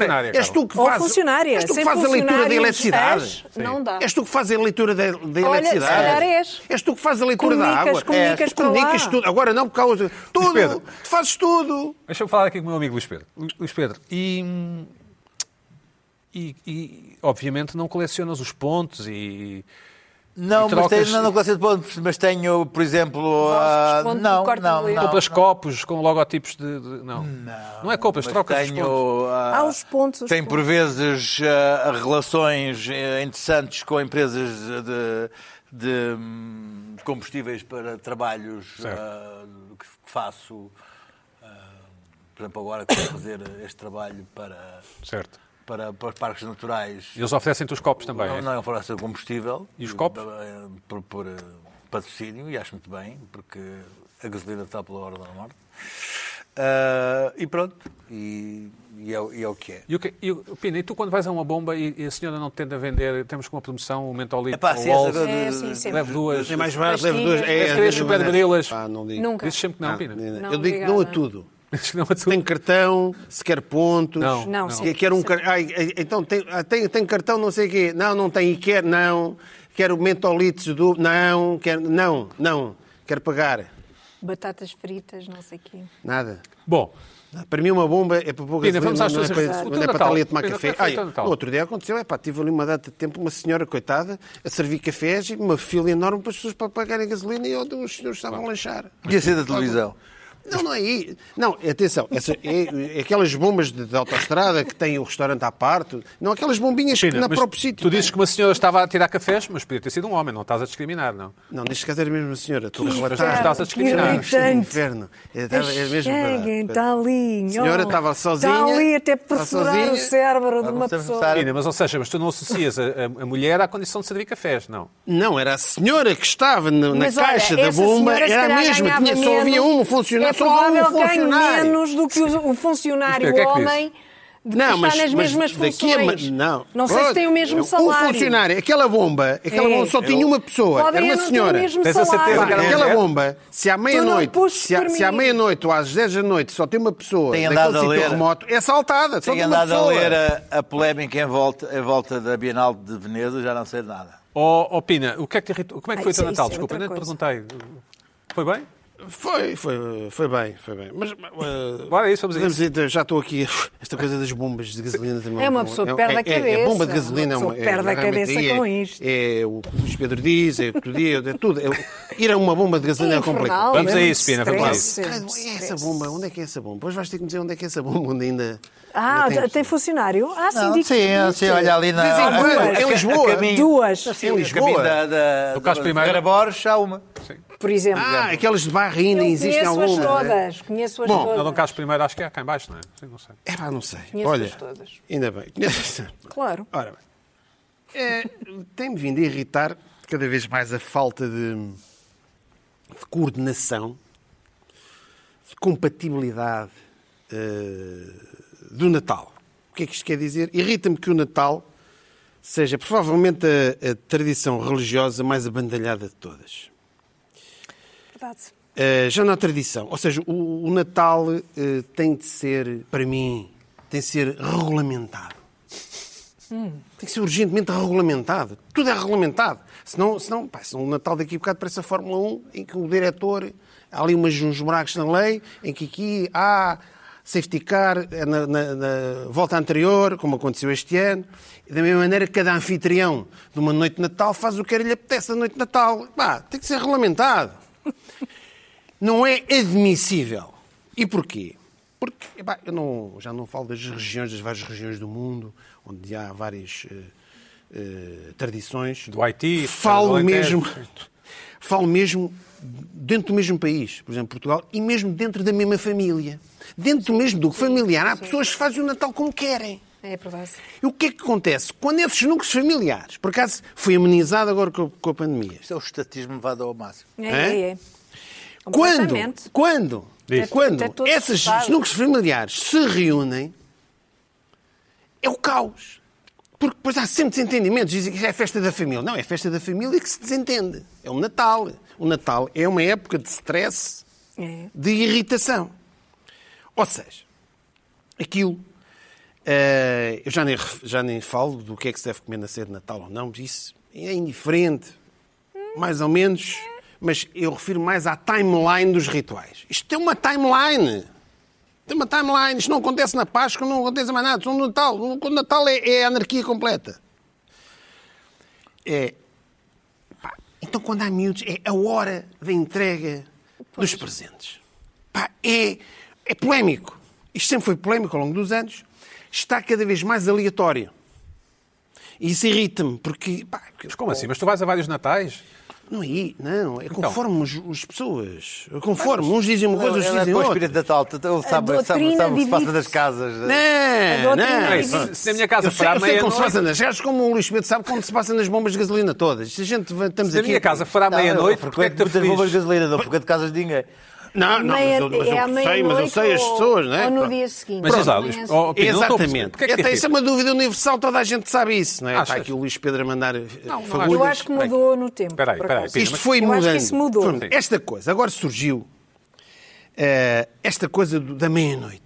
Speaker 2: fazes a leitura da eletricidade.
Speaker 3: Não dá.
Speaker 2: És tu que fazes a leitura da eletricidade.
Speaker 3: Olha, se calhar és.
Speaker 2: És tu que fazes a leitura da água.
Speaker 3: Comunicas
Speaker 2: tudo. Agora não, por causa... Tudo. Tu fazes tudo.
Speaker 1: Deixa-me falar aqui com o meu amigo Luís Pedro. Luís Pedro, E obviamente não colecionas os pontos e
Speaker 4: Não,
Speaker 1: E trocas-
Speaker 4: não coleciono pontos, mas tenho, por exemplo...
Speaker 3: Vossos pontos do Corte Inglês.
Speaker 1: Compras copos com logotipos de... Não. Não é compras,
Speaker 4: Mas
Speaker 1: trocas os pontos.
Speaker 4: tenho...
Speaker 3: Os pontos. os
Speaker 4: Tenho, por
Speaker 3: pontos.
Speaker 4: vezes, relações interessantes com empresas de combustíveis para trabalhos que faço. Por exemplo, agora que estou a fazer este trabalho
Speaker 1: Certo.
Speaker 4: para os parques naturais.
Speaker 1: E eles oferecem-te os copos também, é?
Speaker 4: Não é oferecer combustível.
Speaker 1: E os copos?
Speaker 4: Por patrocínio, e acho muito bem, porque a gasolina está pela hora da morte. E pronto. E é o que é.
Speaker 1: Pina, e tu quando vais a uma bomba e a senhora não te tenta vender, temos com uma promoção, o mentolito,
Speaker 4: Epá,
Speaker 1: o
Speaker 4: sim,
Speaker 1: Walls,
Speaker 3: sim, sempre.
Speaker 1: leve duas.
Speaker 2: É mais barato, leva duas.
Speaker 3: Pastilhas.
Speaker 1: Deve ter super brilhas.
Speaker 2: Não digo.
Speaker 3: Nunca.
Speaker 1: Dizes sempre que não, Pina.
Speaker 3: Não,
Speaker 2: Eu digo não a
Speaker 3: obrigada.
Speaker 2: tudo.
Speaker 1: Dizes que não a
Speaker 2: Se
Speaker 1: tudo.
Speaker 2: tem cartão, se quer pontos.
Speaker 3: Não,
Speaker 2: Se
Speaker 3: sim.
Speaker 2: quer um então tem cartão, não sei o quê. Não tem. E quer, não. Quero mentolitos do. Não. Quero pagar.
Speaker 3: Batatas fritas, não sei o quê.
Speaker 2: Nada.
Speaker 1: Bom,
Speaker 2: Para mim, uma bomba é para pouca
Speaker 1: Pina, vamos às
Speaker 2: não é
Speaker 1: tuas
Speaker 2: coisa-
Speaker 1: atividades. O
Speaker 2: não
Speaker 1: teu
Speaker 2: é para
Speaker 1: Natal.
Speaker 2: estar ali a tomar
Speaker 1: Pina,
Speaker 2: café.
Speaker 1: como é que foi o teu Natal?
Speaker 2: No outro dia aconteceu, tive ali uma data de tempo, uma senhora, coitada, a servir cafés e uma fila enorme para as pessoas para pagarem gasolina e os senhores estavam a lanchar.
Speaker 4: Podia ser da televisão.
Speaker 2: Não é aí. Não, atenção, aquelas bombas de autoestrada que têm o restaurante à parte, não aquelas bombinhas que
Speaker 1: Pina,
Speaker 2: na
Speaker 1: mas
Speaker 2: próprio sítio.
Speaker 1: tu dizes que uma senhora estava a tirar cafés, mas podia ter sido um homem, não estás a discriminar, não?
Speaker 2: Não, neste caso era mesmo a senhora. Estou a
Speaker 1: Mas
Speaker 2: relatar.
Speaker 1: estás a discriminar.
Speaker 2: Isto é um inferno. É mesmo
Speaker 3: Cheguem, está ali.
Speaker 2: A senhora estava sozinha.
Speaker 3: Está ali até
Speaker 2: estava
Speaker 3: perfurar
Speaker 2: sozinha.
Speaker 3: o cérebro de uma
Speaker 4: Vamos
Speaker 3: pessoa.
Speaker 4: começar.
Speaker 1: Pina, mas ou seja, mas tu não associas a mulher à condição de servir cafés, não?
Speaker 2: Não, era a senhora que estava na
Speaker 3: Mas, olha,
Speaker 2: caixa da
Speaker 3: essa
Speaker 2: bomba,
Speaker 3: senhora, se
Speaker 2: era a
Speaker 3: calhar,
Speaker 2: mesma,
Speaker 3: ganhava
Speaker 2: só havia
Speaker 3: menos.
Speaker 2: um funcionário,
Speaker 3: É
Speaker 2: só havia
Speaker 3: provável
Speaker 2: um
Speaker 3: que ganhe
Speaker 2: funcionário.
Speaker 3: menos do que o funcionário,
Speaker 1: O que é
Speaker 3: o
Speaker 1: que diz?
Speaker 3: homem, de
Speaker 2: Não,
Speaker 3: que
Speaker 2: mas,
Speaker 3: está nas
Speaker 2: mas
Speaker 3: mesmas
Speaker 2: daqui a
Speaker 3: funções.
Speaker 2: não.
Speaker 3: Não sei se tem o mesmo salário.
Speaker 2: Um funcionário, aquela bomba só tinha uma pessoa,
Speaker 3: Podem
Speaker 2: era uma
Speaker 3: não ter o
Speaker 2: senhora.
Speaker 3: mesmo
Speaker 1: Tens a certeza
Speaker 3: salário.
Speaker 1: que era uma
Speaker 2: Aquela
Speaker 1: mulher?
Speaker 2: bomba, se à meia-noite,
Speaker 3: puxes
Speaker 2: se
Speaker 3: por
Speaker 2: à
Speaker 3: mim.
Speaker 2: meia-noite ou às 10 da noite só tem uma pessoa
Speaker 4: Tem
Speaker 2: daquele
Speaker 4: andado a
Speaker 2: sítio
Speaker 4: ler.
Speaker 2: remoto, é assaltada. Só
Speaker 4: Tenho
Speaker 2: tem uma
Speaker 4: andado a
Speaker 2: pessoa.
Speaker 4: ler a polémica em volta da Bienal de Veneza, já não sei de nada.
Speaker 1: Ó Pina, o que é que te irritou? Como é que foi o teu
Speaker 3: isso
Speaker 1: Natal?
Speaker 3: é
Speaker 1: Desculpa,
Speaker 3: outra
Speaker 1: ainda te
Speaker 3: coisa.
Speaker 1: perguntei. Foi bem?
Speaker 2: Foi bem. Mas,
Speaker 1: Bora, isso, vamos a
Speaker 2: podemos dizer, já estou aqui, esta coisa das bombas de gasolina também.
Speaker 3: É uma pessoa que perde a cabeça.
Speaker 2: A bomba de gasolina
Speaker 3: Uma pessoa perde a
Speaker 2: realmente
Speaker 3: cabeça
Speaker 2: aí
Speaker 3: com isto.
Speaker 2: É o que o Luís Pedro diz, é o que tu diz, é tudo. Ir a uma bomba de gasolina é complicado.
Speaker 1: Vamos a
Speaker 3: é
Speaker 1: isso, Pina, vamos a
Speaker 3: stress,
Speaker 2: Caralho, é essa
Speaker 3: stress.
Speaker 2: bomba? Onde é que é essa bomba? Depois vais ter que me dizer onde é que é essa bomba, onde ainda...
Speaker 3: Ah,
Speaker 2: ainda
Speaker 3: tem funcionário? Ah, sim,
Speaker 4: Não,
Speaker 3: digo
Speaker 4: sim, olha ali
Speaker 2: De vez em quando, em Lisboa.
Speaker 3: Duas,
Speaker 2: Em Lisboa.
Speaker 4: Do
Speaker 1: Carlos I.
Speaker 4: Garabores, há uma.
Speaker 3: por exemplo.
Speaker 2: Aquelas de barra ainda
Speaker 3: Eu
Speaker 2: existem
Speaker 3: conheço-as
Speaker 2: algumas.
Speaker 3: todas. Conheço-as
Speaker 2: Bom,
Speaker 1: Na Dom
Speaker 3: todas.
Speaker 1: Carlos I acho que é cá em baixo, não é? Sim, não sei.
Speaker 2: Não sei.
Speaker 3: Conheço-as
Speaker 2: Olha,
Speaker 3: todas.
Speaker 2: ainda bem.
Speaker 3: Claro.
Speaker 2: Ora bem. Tem-me vindo a irritar cada vez mais a falta de coordenação, de compatibilidade do Natal. O que é que isto quer dizer? Irrita-me que o Natal seja provavelmente a tradição religiosa mais abandalhada de todas.
Speaker 3: Verdade.
Speaker 2: Já não há tradição. Ou seja, o Natal tem de ser, para mim, tem de ser regulamentado. Tem que ser urgentemente regulamentado. Tudo é regulamentado. Senão o Natal daqui a bocado parece a Fórmula 1, em que o diretor, há ali uns buracos na lei, em que aqui há safety car na volta anterior, como aconteceu este ano. E da mesma maneira que cada anfitrião de uma noite de Natal faz o que lhe apetece da noite de Natal. Tem que ser regulamentado. Não é admissível. E porquê? Porque eu já não falo das várias regiões do mundo, onde há várias tradições.
Speaker 1: Do Haiti,
Speaker 2: Falo
Speaker 1: do Alentejo.
Speaker 2: mesmo dentro do mesmo país, por exemplo, Portugal, e mesmo dentro da mesma família. Dentro mesmo do familiar, há pessoas que fazem o Natal como querem.
Speaker 3: É verdade.
Speaker 2: E o que é que acontece? Quando esses núcleos familiares, por acaso foi amenizado agora com a pandemia,
Speaker 4: Isto é o estatismo levado ao máximo.
Speaker 3: É.
Speaker 2: Quando
Speaker 1: Diz.
Speaker 3: Até todos
Speaker 2: esses
Speaker 3: sabem.
Speaker 2: núcleos familiares se reúnem, é o caos. Porque depois há sempre desentendimentos. Dizem que já é festa da família. Não, é festa da família que se desentende. É o Natal. O Natal é uma época de stress, de irritação. Ou seja, aquilo... eu já nem falo do que é que se deve comer na ceia de Natal ou não, mas isso é indiferente. Mais ou menos... Mas eu refiro mais à timeline dos rituais. Isto tem uma timeline. Tem uma timeline. Isto não acontece na Páscoa, não acontece mais nada. No Natal. O Natal é a anarquia completa. então quando há miúdos, é a hora da entrega dos presentes. Pá, é polémico. Isto sempre foi polémico ao longo dos anos. Está cada vez mais aleatório. E isso irrita-me, porque... Pá,
Speaker 1: Mas como assim? Mas tu vais a vários natais?
Speaker 2: não é
Speaker 1: Então.
Speaker 2: conforme as pessoas. Conforme. Uns dizem uma coisa, outros
Speaker 4: Ele é
Speaker 2: dizem
Speaker 4: com o
Speaker 2: outra.
Speaker 4: Espírito Natal, ele sabe o que se passa nas casas.
Speaker 2: Não,
Speaker 1: É
Speaker 2: não.
Speaker 1: isso. Se na minha casa
Speaker 2: Eu sei,
Speaker 1: for à
Speaker 2: eu sei como se
Speaker 1: meia-noite...
Speaker 2: passa nas casas, como o Luís Pedro sabe como se passa nas bombas de gasolina todas. Se a gente estamos
Speaker 1: Se na
Speaker 2: aqui...
Speaker 1: minha casa for à meia-noite, porque é que
Speaker 4: Frequento
Speaker 1: te
Speaker 4: muitas bombas de
Speaker 1: feliz?
Speaker 4: gasolina, não frequento casas de ninguém.
Speaker 2: Não, mas eu sei as pessoas, não é?
Speaker 3: Ou no
Speaker 2: Pronto.
Speaker 3: dia seguinte.
Speaker 1: Mas diz lá,
Speaker 3: Pronto.
Speaker 1: Luís,
Speaker 3: Amanhã
Speaker 1: oh, Pina, não estou a perceber.
Speaker 2: Exatamente.
Speaker 1: Porquê é que te
Speaker 2: Até isso é
Speaker 1: irrita?
Speaker 2: uma dúvida universal, toda a gente sabe isso, não é?
Speaker 1: Achas?
Speaker 2: Está aqui o Luís Pedro a mandar
Speaker 1: não
Speaker 2: fagulhas.
Speaker 3: Eu acho que mudou no tempo.
Speaker 1: Espera aí,
Speaker 3: por
Speaker 1: espera aí,
Speaker 3: acaso.
Speaker 1: Pina,
Speaker 2: Isto foi
Speaker 3: Eu acho
Speaker 2: mudando.
Speaker 3: que isso mudou.
Speaker 2: Foi mudando. Esta coisa, agora surgiu esta coisa da meia-noite.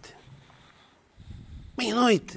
Speaker 2: Meia-noite.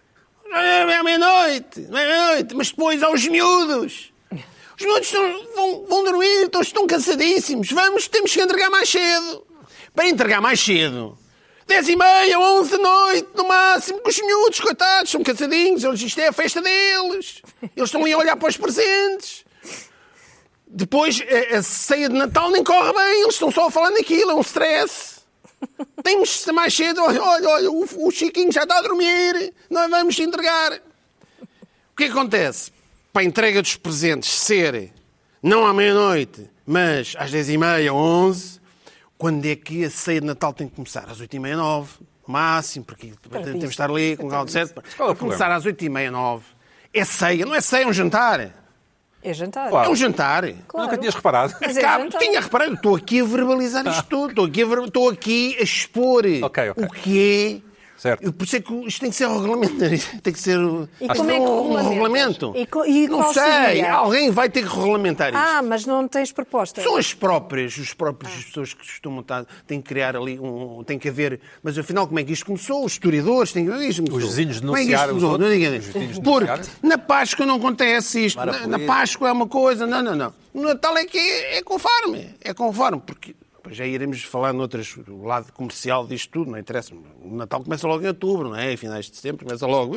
Speaker 2: É meia-noite. Mas depois há os miúdos. Os miúdos vão dormir, estão cansadíssimos. Temos que entregar mais cedo. Para entregar mais cedo. 10h30, 11 da noite, no máximo, com os miúdos, coitados, são cansadinhos. Isto é a festa deles. Eles estão ali a olhar para os presentes. Depois, a ceia de Natal nem corre bem. Eles estão só a falar naquilo, é um stress. Temos de ser mais cedo. Olha, o Chiquinho já está a dormir. Nós vamos entregar. O que acontece? Para a entrega dos presentes ser não à meia-noite, mas às 10h30, 11, quando é que a ceia de Natal tem que começar? Às 8h30, 9, no máximo, porque temos de estar ali com o grau de 7.
Speaker 1: Qual é o
Speaker 2: Para começar às 8h30, 9. É ceia, não é ceia, é um jantar.
Speaker 3: É jantar.
Speaker 1: Claro.
Speaker 2: É um jantar.
Speaker 3: Claro.
Speaker 1: Nunca tinhas reparado?
Speaker 3: Mas é
Speaker 2: Cabo,
Speaker 3: jantar.
Speaker 2: tinha reparado, estou aqui a verbalizar isto tudo. Estou aqui a expor
Speaker 1: Ok.
Speaker 2: o que é.
Speaker 1: Certo.
Speaker 2: Por isso é que isto tem que ser regulamentar. Tem que ser
Speaker 3: E como é que
Speaker 2: um
Speaker 3: regulamentas?
Speaker 2: regulamento.
Speaker 3: E
Speaker 2: Não
Speaker 3: qual
Speaker 2: sei.
Speaker 3: seria?
Speaker 2: Alguém vai ter que regulamentar isto.
Speaker 3: Ah, mas não tens proposta.
Speaker 2: São as próprias pessoas que costumam estar, têm que criar ali tem que haver, mas afinal como é que isto começou? Os historiadores têm que ver isto.
Speaker 1: Os vizinhos
Speaker 2: Como é que isto
Speaker 1: denunciaram os
Speaker 2: começou?
Speaker 1: outros?
Speaker 2: Não diga
Speaker 1: Os vizinhos
Speaker 2: Porque
Speaker 1: denunciaram?
Speaker 2: na Páscoa não acontece isto. Na Páscoa é uma coisa, não. No Natal é que é conforme. É conforme, porque depois já iremos falar o lado comercial disto tudo, não interessa. O Natal começa logo em outubro, não é? Em finais de setembro começa logo.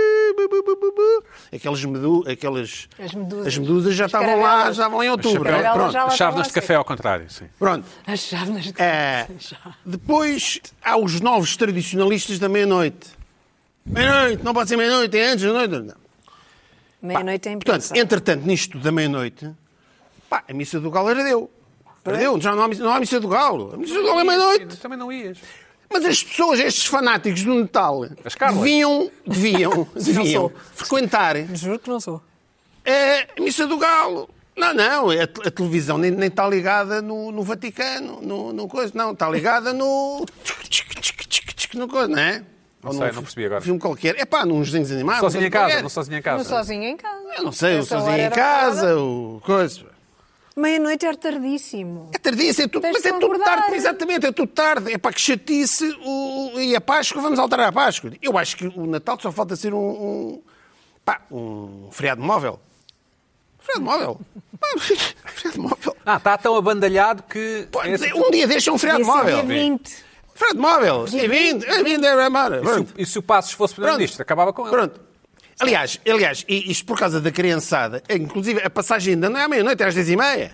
Speaker 2: As medusas já estavam lá, em outubro.
Speaker 1: Chapéu.
Speaker 2: Não é? Pronto.
Speaker 3: Já lá
Speaker 1: As chávenas
Speaker 3: estavam
Speaker 1: de
Speaker 3: a
Speaker 1: café ao contrário, sim.
Speaker 2: Pronto.
Speaker 3: As chávenas de
Speaker 2: Depois há os novos tradicionalistas da meia-noite. Meia-noite, não pode ser meia-noite, é antes da noite. Não.
Speaker 3: Meia-noite é
Speaker 2: Portanto,
Speaker 3: imprensa.
Speaker 2: entretanto, nisto da meia-noite, a missa do Galo ardeu. Ardeu, já não há missa do Galo. A missa do Galo é meia-noite.
Speaker 1: Também não ias.
Speaker 2: Mas as pessoas, estes fanáticos do Natal,
Speaker 1: As Carlas.
Speaker 2: deviam
Speaker 3: sou.
Speaker 2: frequentar
Speaker 3: Juro que não sou.
Speaker 2: a missa do Galo. Não, a televisão nem está ligada no Vaticano, no coisa, não, está ligada no coisa, não é?
Speaker 1: Não sei, não percebi agora.
Speaker 2: Filme qualquer. É pá, nos desenhos animados.
Speaker 1: Sozinho em casa,
Speaker 2: qualquer.
Speaker 1: não sozinho em
Speaker 3: No
Speaker 1: casa.
Speaker 3: sozinho em casa.
Speaker 2: Eu não sei, o
Speaker 3: Essa hora
Speaker 2: sozinho em
Speaker 3: era
Speaker 2: casa,
Speaker 3: parada.
Speaker 2: o coisa.
Speaker 3: Meia-noite era tardíssimo.
Speaker 2: É tardíssimo,
Speaker 3: Tens
Speaker 2: mas
Speaker 3: de
Speaker 2: é tudo
Speaker 3: concordar.
Speaker 2: tarde, exatamente, é tudo tarde. É para que chatice e a Páscoa, vamos alterar a Páscoa. Eu acho que o Natal só falta ser um feriado móvel. Feriado móvel. Feriado móvel.
Speaker 1: Está tão abandalhado que...
Speaker 2: Pô,
Speaker 1: é assim.
Speaker 2: um dia deixa um feriado
Speaker 3: Ia ser
Speaker 2: móvel.
Speaker 3: dia 20.
Speaker 2: Feriado móvel. É 20, é embora.
Speaker 1: E se o Passos fosse primeiro-ministro, acabava com ele.
Speaker 2: Pronto. Aliás, e isto por causa da criançada, inclusive a passagem ainda não é à meia-noite, é às 10h30.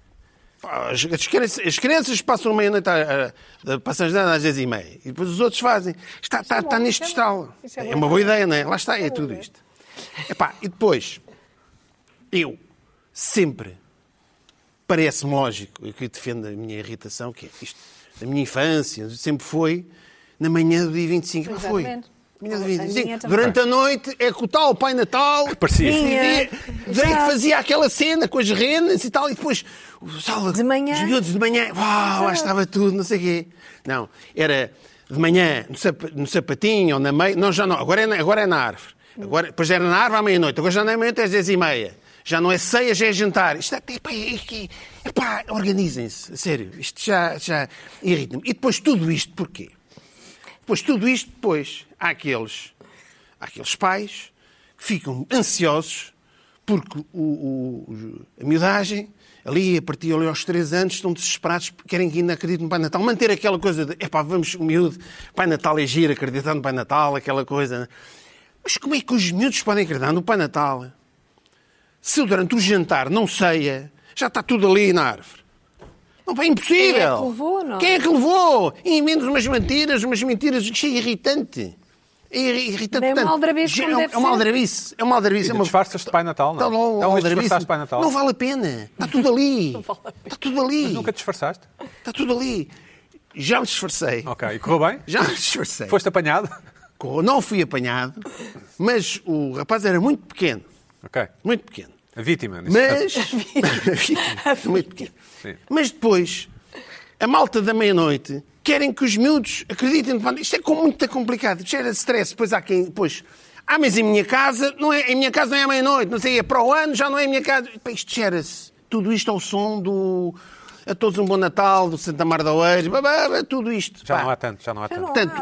Speaker 2: As crianças passam meia-noite a passagem às 10h30 e depois os outros fazem. Está neste estalo.
Speaker 3: Isso é
Speaker 2: É
Speaker 3: bom.
Speaker 2: uma boa ideia, não é? Lá está, é tudo isto. Epá, e depois, eu sempre parece-me lógico, eu que defendo a minha irritação, que é isto, da minha infância, sempre foi na manhã do dia 25. Não foi.
Speaker 3: Exatamente.
Speaker 2: Manhã do
Speaker 3: A
Speaker 2: dia
Speaker 3: minha
Speaker 2: 25.
Speaker 3: também.
Speaker 2: Durante a noite é que o tal Pai Natal
Speaker 1: parecia.
Speaker 2: Direito fazia aquela cena com as renas e tal, e depois o Salvador,
Speaker 3: De manhã.
Speaker 2: os miúdos de manhã, uau, lá estava tudo, não sei o quê. Não, era de manhã no sapatinho ou na meia, não, já não, agora é na árvore. Agora, depois era na árvore à meia-noite, agora já não é meia-noite, é às 10h30. Já não é ceia, já é jantar. Isto organizem-se, a sério, isto já irrita-me. E depois tudo isto, porquê? Depois há aqueles pais que ficam ansiosos porque a miudagem, ali, a partir ali aos 3 anos, estão desesperados, querem que ainda acreditem no Pai Natal. Manter aquela coisa de, vamos, o miúdo, Pai Natal é giro, acreditar no Pai Natal, aquela coisa. Mas como é que os miúdos podem acreditar no Pai Natal se eu durante o jantar não ceia, Já está tudo ali na árvore. Não é impossível.
Speaker 3: Quem é que levou, não?
Speaker 2: Quem é que levou? E inventam umas mentiras, isto é irritante. É irritante.
Speaker 3: É uma aldrabice como deve
Speaker 2: É uma
Speaker 3: ser.
Speaker 2: aldrabice. É uma aldrabice.
Speaker 1: E disfarças de Pai Natal,
Speaker 2: Está
Speaker 1: não?
Speaker 2: lá
Speaker 1: É um
Speaker 2: aldrabice.
Speaker 1: disfarçar de Pai Natal.
Speaker 2: Não vale a pena. Está tudo ali.
Speaker 3: Não vale a pena.
Speaker 2: Está tudo ali.
Speaker 1: Mas nunca disfarçaste?
Speaker 2: Está tudo ali. Já me disfarcei.
Speaker 1: Ok. E correu bem?
Speaker 2: Já me disfarcei.
Speaker 1: Foste apanhado?
Speaker 2: Não fui apanhado, mas o rapaz era muito pequeno.
Speaker 1: Ok.
Speaker 2: Muito pequeno.
Speaker 1: A vítima. neste caso.
Speaker 2: Mas... muito pequeno.
Speaker 1: Sim.
Speaker 2: Mas depois, a malta da meia-noite querem que os miúdos acreditem. Isto é muito complicado. Isto era stress. Depois há quem... Depois, mas em minha casa não é, à meia-noite. Não sei, é para o ano, já não é a minha casa. Isto gera-se. Tudo isto ao som do... A todos um bom Natal, do Santa Mar da Oeiras, tudo isto.
Speaker 1: Já não há tanto, já não há tanto.
Speaker 2: Portanto,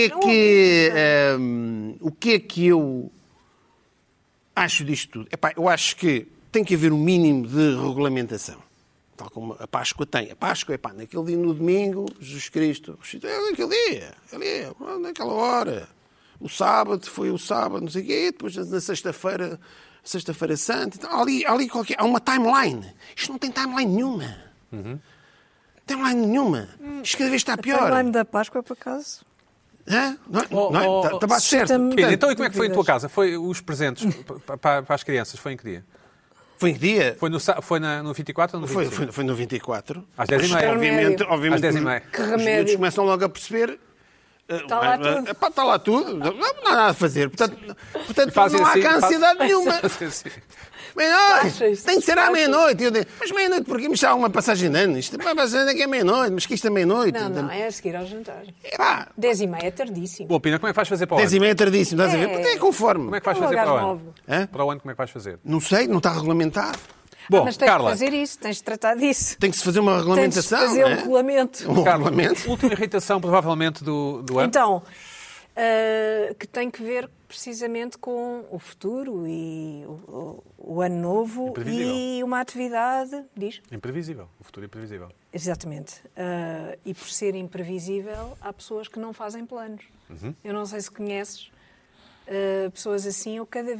Speaker 2: o que é que eu acho disto tudo? Eu acho que tem que haver um mínimo de regulamentação. Tal como a Páscoa tem. A Páscoa é naquele dia, no domingo, Jesus Cristo. Naquele dia, naquela hora. O sábado foi o sábado, não sei o quê. Depois na Sexta-feira Santa. Então, há uma timeline. Isto não tem timeline nenhuma. Timeline nenhuma. Isto cada vez está pior.
Speaker 3: A timeline da Páscoa, por acaso.
Speaker 2: Está bate certo.
Speaker 1: Pina, então e como é que foi em tua casa? Foi os presentes para as crianças? Foi em que dia?
Speaker 2: Foi em que dia?
Speaker 1: Foi no 24 ou no 25?
Speaker 2: Foi no 24.
Speaker 1: Às 10h30.
Speaker 2: Obviamente,
Speaker 1: Às 10h30.
Speaker 3: Que
Speaker 2: os
Speaker 3: remédio.
Speaker 2: miúdos começam logo a perceber.
Speaker 3: Está lá tudo.
Speaker 2: Está lá tudo. Não há nada a fazer. Portanto
Speaker 1: Fazem
Speaker 2: não há
Speaker 1: assim,
Speaker 2: cá ansiedade nenhuma. Meia-noite. Tem que ser à meia-noite. Mas meia-noite porquê? Mas há uma passagem de ano. Isto é passagem de ano que é meia-noite. Mas que isto é meia-noite.
Speaker 3: Não, é a seguir ao jantar.
Speaker 2: 10h30
Speaker 3: 10h30 é tardíssimo.
Speaker 1: Bom, Pina, como é que vais fazer para o ano?
Speaker 2: 10h30 é tardíssimo. Estás a ver?
Speaker 3: É.
Speaker 2: Portanto, é conforme.
Speaker 1: Como é que vais
Speaker 3: Logo
Speaker 1: fazer
Speaker 3: às
Speaker 1: para o ano?
Speaker 3: 9.
Speaker 2: Hã?
Speaker 1: Para o ano, como é que vais fazer?
Speaker 2: Não sei, não está regulamentado.
Speaker 1: Bom,
Speaker 3: Mas tens
Speaker 1: Carla,
Speaker 3: de fazer isso, tens de tratar disso.
Speaker 2: Tem que se fazer uma
Speaker 3: Tens de
Speaker 2: regulamentação.
Speaker 3: fazer
Speaker 2: não
Speaker 3: um
Speaker 2: é?
Speaker 3: regulamento.
Speaker 2: Um
Speaker 1: Carla,
Speaker 2: regulamento.
Speaker 1: última irritação, provavelmente, do ano?
Speaker 3: Então, que tem que ver precisamente com o futuro e o ano novo
Speaker 1: Imprevisível.
Speaker 3: e uma atividade, diz?
Speaker 1: Imprevisível. O futuro é imprevisível.
Speaker 3: Exatamente. E por ser imprevisível, há pessoas que não fazem planos. Eu não sei se conheces pessoas assim, ou conheço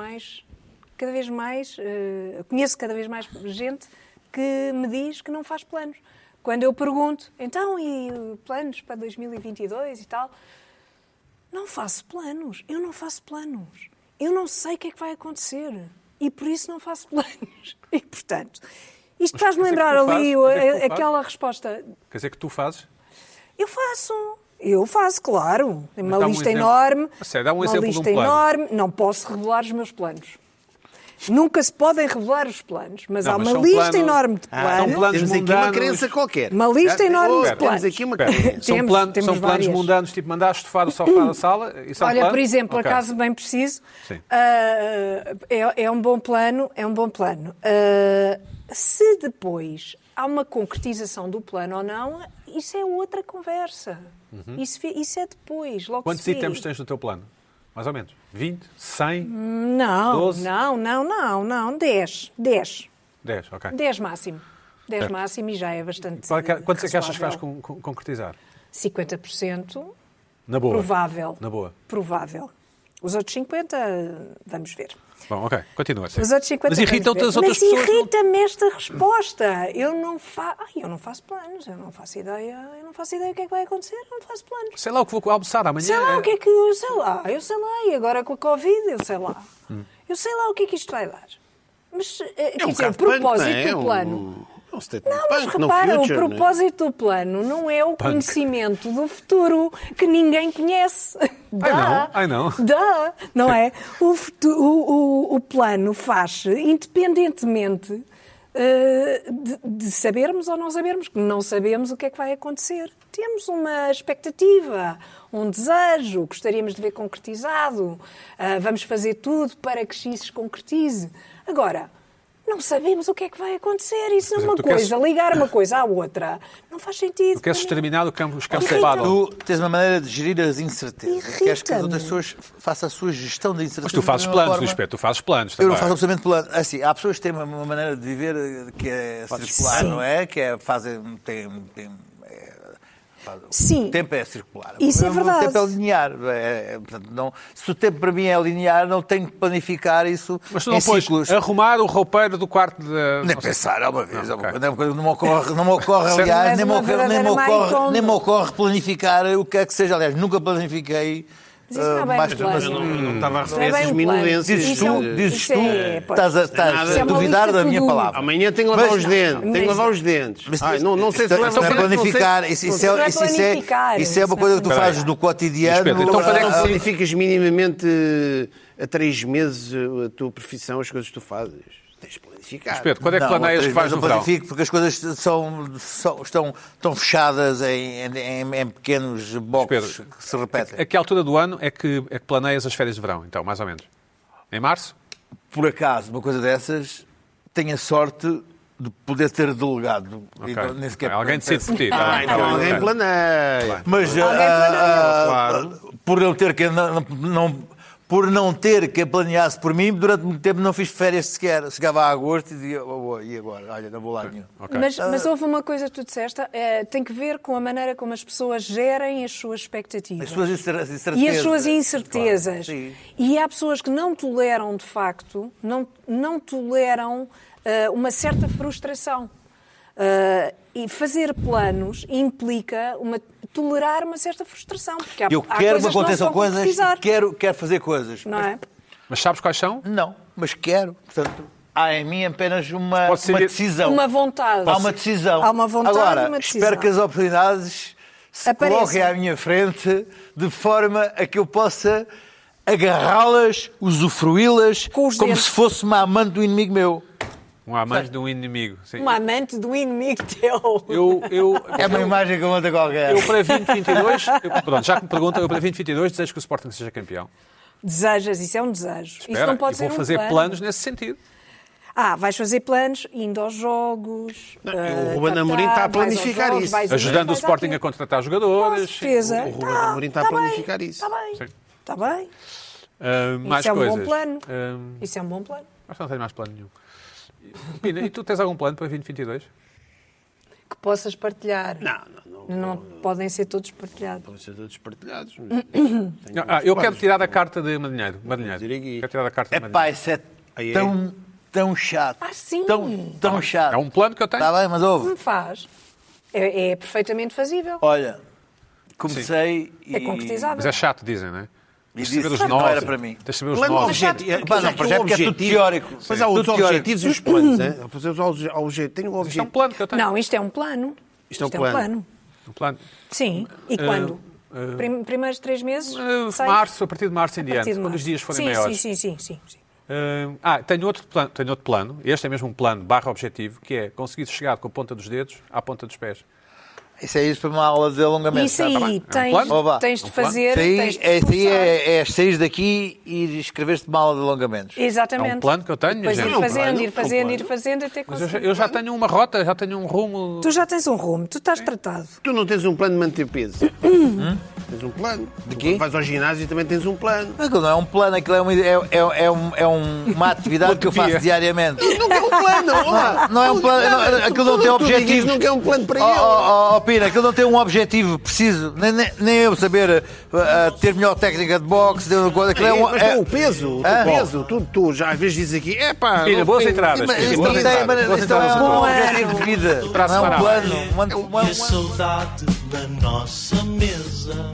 Speaker 3: cada vez mais gente que me diz que não faz planos. Quando eu pergunto, então, e planos para 2022 e tal? Não faço planos. Eu não faço planos. Eu não sei o que é que vai acontecer. E por isso não faço planos. E, portanto, isto faz-me
Speaker 1: quer dizer
Speaker 3: lembrar
Speaker 1: que tu
Speaker 3: ali
Speaker 1: fazes? Quer dizer que tu
Speaker 3: aquela resposta.
Speaker 1: Quer dizer que tu fazes?
Speaker 3: Eu faço, claro. Tem uma
Speaker 1: dá um
Speaker 3: lista
Speaker 1: exemplo.
Speaker 3: enorme.
Speaker 1: A sério, dá um
Speaker 3: uma
Speaker 1: exemplo de um
Speaker 3: lista
Speaker 1: plano.
Speaker 3: enorme. Não posso revelar os meus planos. Nunca se podem revelar os planos, mas
Speaker 1: Não,
Speaker 3: há
Speaker 1: mas
Speaker 3: uma
Speaker 1: são
Speaker 3: lista
Speaker 1: planos-
Speaker 3: enorme de
Speaker 1: são
Speaker 3: planos.
Speaker 1: planos
Speaker 2: Temos aqui uma
Speaker 1: mundanos.
Speaker 2: crença qualquer.
Speaker 3: Uma lista enorme de
Speaker 2: Temos
Speaker 3: planos.
Speaker 2: aqui uma
Speaker 1: Espera.
Speaker 2: crença.
Speaker 1: São
Speaker 3: Temos
Speaker 1: planos
Speaker 3: várias.
Speaker 1: mundanos, tipo mandar estufar o sofá da sala? Isso é um
Speaker 3: Olha,
Speaker 1: plano?
Speaker 3: por exemplo,
Speaker 1: Ok.
Speaker 3: acaso bem preciso,
Speaker 1: Sim.
Speaker 3: é um bom plano, se depois há uma concretização do plano ou não, isso é outra conversa. Isso é depois, logo
Speaker 1: Quantos
Speaker 3: se vê.
Speaker 1: itens tens no teu plano? Mais ou menos? 20? 100?
Speaker 3: Não,
Speaker 1: 12?
Speaker 3: não, 10. 10
Speaker 1: ok.
Speaker 3: 10 máximo. 10
Speaker 1: Certo.
Speaker 3: máximo e já é bastante
Speaker 1: Quantos é que achas que vais
Speaker 3: razoável.
Speaker 1: concretizar?
Speaker 3: 50%
Speaker 1: Na boa.
Speaker 3: provável.
Speaker 1: Na boa.
Speaker 3: Provável. Os outros 50, vamos ver.
Speaker 1: Bom, ok. Continua. sim.
Speaker 3: Os outros 50
Speaker 1: Mas irritam-te
Speaker 3: vamos
Speaker 1: as
Speaker 3: ver.
Speaker 1: outras pessoas?
Speaker 3: Mas irrita-me esta resposta. Eu não faço planos, eu não faço ideia o que é que vai acontecer, eu não faço planos.
Speaker 1: Sei lá o que vou almoçar amanhã.
Speaker 3: Sei lá o que é que, eu sei lá, e agora com a Covid, eu sei lá. Eu sei lá o que é que isto vai dar. Mas, quer
Speaker 2: um
Speaker 3: dizer, o
Speaker 2: bocado punk,
Speaker 3: propósito
Speaker 2: não é?
Speaker 3: do plano...
Speaker 2: Um statement
Speaker 3: Não, mas
Speaker 2: punk, no
Speaker 3: repara,
Speaker 2: future,
Speaker 3: o propósito do plano não é o conhecimento do futuro que ninguém conhece.
Speaker 1: Ai, não.
Speaker 3: Dá, não é? O plano faz-se independentemente de sabermos ou não sabermos, que não sabemos o que é que vai acontecer. Temos uma expectativa, um desejo, gostaríamos de ver concretizado, vamos fazer tudo para que isso se concretize. Agora, não sabemos o que é que vai acontecer. Isso é
Speaker 1: Por exemplo,
Speaker 3: uma
Speaker 1: tu queres-
Speaker 3: coisa, ligar uma coisa à outra, não faz sentido.
Speaker 1: Tu queres exterminar os campos de
Speaker 3: Irrita-me.
Speaker 1: paddle.
Speaker 4: Tu tens uma maneira de gerir as incertezas.
Speaker 3: Irrita-me.
Speaker 4: Queres que as outras pessoas façam a sua gestão de incertezas.
Speaker 1: Mas tu fazes
Speaker 4: da mesma
Speaker 1: planos,
Speaker 4: forma.
Speaker 1: Luís Pedro. Tu fazes planos
Speaker 4: Eu
Speaker 1: também.
Speaker 4: não faço absolutamente plano. Assim, há pessoas que têm uma maneira de viver que é circular,
Speaker 3: Sim.
Speaker 4: não é? Que é fazem...
Speaker 3: Sim.
Speaker 4: O tempo é circular.
Speaker 3: Isso é verdade.
Speaker 4: O tempo é linear. Portanto, não, se o tempo para mim é linear, não tenho que planificar isso
Speaker 1: Mas tu
Speaker 4: em
Speaker 1: não pões
Speaker 4: ciclos.
Speaker 1: arrumar o roupeiro do quarto de...
Speaker 4: Nem pensar, é uma vez.
Speaker 1: Não, ok.
Speaker 4: É uma coisa que não me ocorre, aliás,
Speaker 3: És uma verdadeira
Speaker 4: nem me ocorre planificar o que é que seja. Aliás, nunca planifiquei.
Speaker 3: Mas isso não é bem
Speaker 4: mais
Speaker 3: um
Speaker 4: que uma
Speaker 3: plano.
Speaker 4: semana.
Speaker 2: Não estava a
Speaker 3: Isso não
Speaker 2: receber
Speaker 3: é bem
Speaker 2: essas
Speaker 3: um plano.
Speaker 2: minudências.
Speaker 3: Isso é- pois.
Speaker 4: Estás
Speaker 3: Isso é
Speaker 4: a
Speaker 3: uma
Speaker 4: duvidar
Speaker 3: lista
Speaker 4: da minha
Speaker 3: to-do.
Speaker 4: palavra.
Speaker 2: Amanhã tenho que lavar
Speaker 4: Mas
Speaker 2: os
Speaker 4: não,
Speaker 2: dentes. Tenho que
Speaker 3: mas-
Speaker 2: lavar os dentes.
Speaker 4: Mas
Speaker 2: Não sei se
Speaker 4: isto
Speaker 2: leva
Speaker 4: é planificar. Isso
Speaker 3: Isso não é planificar.
Speaker 4: Isso é uma coisa que tu
Speaker 1: Espera aí.
Speaker 4: fazes no cotidiano.
Speaker 1: Pedro, então para
Speaker 2: Não
Speaker 1: que se-
Speaker 2: planificas minimamente a 3 meses a tua profissão, as coisas que tu fazes. Tens de planificar.
Speaker 1: Mas, Pedro, quando é que planeias que vais no
Speaker 4: não
Speaker 1: verão?
Speaker 4: planifico porque as coisas estão fechadas em pequenos boxes
Speaker 1: Pedro,
Speaker 4: que se repetem.
Speaker 1: A que altura do ano é que planeias as férias de verão, então, mais ou menos? Em março?
Speaker 4: Por acaso, uma coisa dessas, tenho a sorte de poder ter delegado.
Speaker 1: Ok.
Speaker 4: Então, nem sequer
Speaker 1: Alguém decide por ti.
Speaker 2: Ah, então alguém
Speaker 1: Ok.
Speaker 2: planeia.
Speaker 4: Mas por não ter que planeasse por mim, durante muito tempo não fiz férias sequer. Chegava a agosto e dizia, e agora? Olha, não vou lá nenhum.
Speaker 1: Ok.
Speaker 3: Mas houve uma coisa que tu disseste, tem que ver com a maneira como as pessoas gerem as suas expectativas.
Speaker 4: As suas incertezas.
Speaker 3: E as suas incertezas.
Speaker 4: Claro, sim.
Speaker 3: E há pessoas que não toleram, de facto, não toleram uma certa frustração. E fazer planos implica tolerar uma certa frustração. Porque há
Speaker 4: Eu
Speaker 3: há
Speaker 4: quero que
Speaker 3: coisas não se
Speaker 4: aconteçam
Speaker 3: vão
Speaker 4: coisas,
Speaker 3: concretizar,
Speaker 4: quero fazer coisas.
Speaker 3: não é?
Speaker 1: Mas sabes quais são?
Speaker 4: Não, mas quero. Portanto, há em mim apenas uma
Speaker 1: Pode ser-
Speaker 4: decisão.
Speaker 3: Uma vontade.
Speaker 4: Há uma decisão.
Speaker 3: Há uma vontade
Speaker 4: Agora,
Speaker 3: e uma decisão.
Speaker 4: espero que as oportunidades se
Speaker 3: Apareçam.
Speaker 4: coloquem à minha frente de forma a que eu possa agarrá-las, usufruí-las,
Speaker 3: Com os
Speaker 4: como
Speaker 3: dedos.
Speaker 4: se fosse uma amante do inimigo meu.
Speaker 1: Um amante de um inimigo. Sim.
Speaker 3: Uma amante do inimigo teu.
Speaker 4: É uma imagem que eu mando a qualquer.
Speaker 1: Eu para 2022, pronto, já que me perguntam, eu para 2022 desejo que o Sporting seja campeão.
Speaker 3: Desejas, isso é um desejo. Isso
Speaker 1: Espera,
Speaker 3: não pode
Speaker 1: e
Speaker 3: ser
Speaker 1: vou
Speaker 3: um
Speaker 1: fazer
Speaker 3: plano.
Speaker 1: planos nesse sentido.
Speaker 3: Vais fazer planos indo aos jogos.
Speaker 2: O Ruben Amorim está a planificar isso.
Speaker 1: Ajudando o Sporting a
Speaker 3: a
Speaker 1: contratar
Speaker 3: Com
Speaker 1: jogadores.
Speaker 3: certeza.
Speaker 2: O Ruben Amorim está a planificar isso.
Speaker 3: Está bem.
Speaker 1: Sim.
Speaker 3: Está bem.
Speaker 1: Mais
Speaker 3: Isso é um
Speaker 1: coisas.
Speaker 3: bom plano.
Speaker 1: Ah,
Speaker 3: Isso é um bom plano.
Speaker 1: mas não tenho mais plano nenhum. Pina, e tu tens algum plano para 2022?
Speaker 3: Que possas partilhar.
Speaker 2: Não.
Speaker 3: Não podem ser todos partilhados.
Speaker 2: Podem ser todos partilhados.
Speaker 1: Eu quero tirar a carta de Madalheiro.
Speaker 2: Dizer aqui.
Speaker 1: Quero tirar a carta de
Speaker 4: Epá,
Speaker 1: Madalheiro.
Speaker 4: isso é
Speaker 2: Aí é.
Speaker 4: tão chato.
Speaker 3: Sim.
Speaker 4: Tão chato.
Speaker 1: É um plano que eu tenho.
Speaker 4: Está bem, mas ouve.
Speaker 3: Como faz? É perfeitamente fazível.
Speaker 4: Olha, comecei
Speaker 3: É concretizável.
Speaker 1: Mas é chato, dizem, não é?
Speaker 4: e
Speaker 1: Tens de saber
Speaker 4: disse
Speaker 1: os
Speaker 4: que não
Speaker 1: nós.
Speaker 4: era para mim.
Speaker 1: Tens de saber os
Speaker 2: Plano
Speaker 1: nós.
Speaker 2: objetivo.
Speaker 4: Pá, não, projeto que é tudo teórico.
Speaker 2: Mas há os
Speaker 4: Tudo teórico.
Speaker 2: objetivos e os planos. Tenho um
Speaker 1: Isto é um
Speaker 2: objetivo.
Speaker 1: plano que eu tenho.
Speaker 3: Não, isto é um plano.
Speaker 2: Isto é um plano.
Speaker 1: Um plano.
Speaker 3: Sim. E quando? Primeiros 3 meses? 6?
Speaker 1: Março, a partir de março em
Speaker 3: A partir
Speaker 1: diante,
Speaker 3: de
Speaker 1: quando os
Speaker 3: março.
Speaker 1: dias forem
Speaker 3: Sim,
Speaker 1: maiores.
Speaker 3: Sim.
Speaker 1: Tenho outro plano. Este é mesmo um plano / objetivo, que é conseguir chegar com a ponta dos dedos à ponta dos pés.
Speaker 4: Isso foi uma aula de alongamento.
Speaker 3: Isso
Speaker 4: tá?
Speaker 1: bem.
Speaker 3: aí,
Speaker 1: É um plano?
Speaker 4: Oba.
Speaker 3: tens de
Speaker 1: Um plano?
Speaker 3: fazer. tens de
Speaker 4: Isso aí
Speaker 3: esforçar.
Speaker 4: é sair daqui e escrever-te uma aula de alongamentos.
Speaker 3: Exatamente.
Speaker 1: É um plano que eu tenho,
Speaker 3: Depois
Speaker 1: gente.
Speaker 3: ir
Speaker 1: É um
Speaker 3: fazendo,
Speaker 2: plano,
Speaker 3: ir
Speaker 2: é um
Speaker 3: fazendo,
Speaker 2: plano.
Speaker 3: ir fazendo até
Speaker 1: Mas
Speaker 3: conseguir.
Speaker 1: eu já tenho uma rota, já tenho um rumo.
Speaker 3: Tu já tens um rumo, tu estás tratado.
Speaker 2: Tu não tens um plano de manter peso. Tens um plano.
Speaker 4: De quê?
Speaker 2: Quando vais ao ginásio e também tens um plano.
Speaker 4: Aquilo não é um plano, aquilo uma atividade que eu faço
Speaker 1: Utopia.
Speaker 4: diariamente.
Speaker 2: Não é um plano. olá.
Speaker 4: Não é um plano, aquilo não tem objetivos.
Speaker 2: Não é um plano para ele.
Speaker 4: Pina, aquilo não tem um objetivo preciso. Nem eu saber ter melhor técnica de boxe. Aquilo
Speaker 2: Mas é o peso. O teu peso. Tu já às vezes dizes aqui,
Speaker 1: Pina, boas entradas.
Speaker 4: Mas
Speaker 1: Pina,
Speaker 4: isto
Speaker 1: boas
Speaker 4: não tem,
Speaker 1: entradas. Boas
Speaker 4: isto não é
Speaker 1: entradas a
Speaker 4: um
Speaker 1: todos.
Speaker 4: objetivo de vida.
Speaker 1: Para a
Speaker 4: Não é um
Speaker 1: semana.
Speaker 4: plano.
Speaker 5: E a saudade da nossa mesa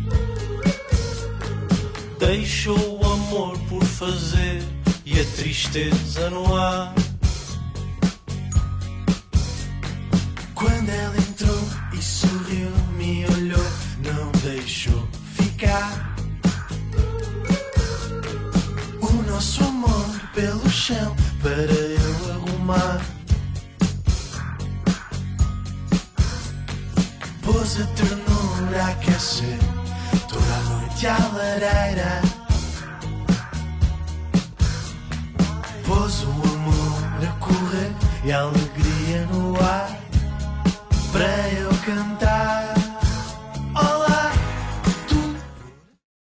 Speaker 5: deixou o amor por fazer e a tristeza no ar. Quando ela entrou e sorriu, me olhou, não deixou ficar. O nosso amor pelo chão para eu arrumar. Pôs a ternura a aquecer toda a noite à lareira. Pôs o amor a correr e a alegria no ar para eu cantar.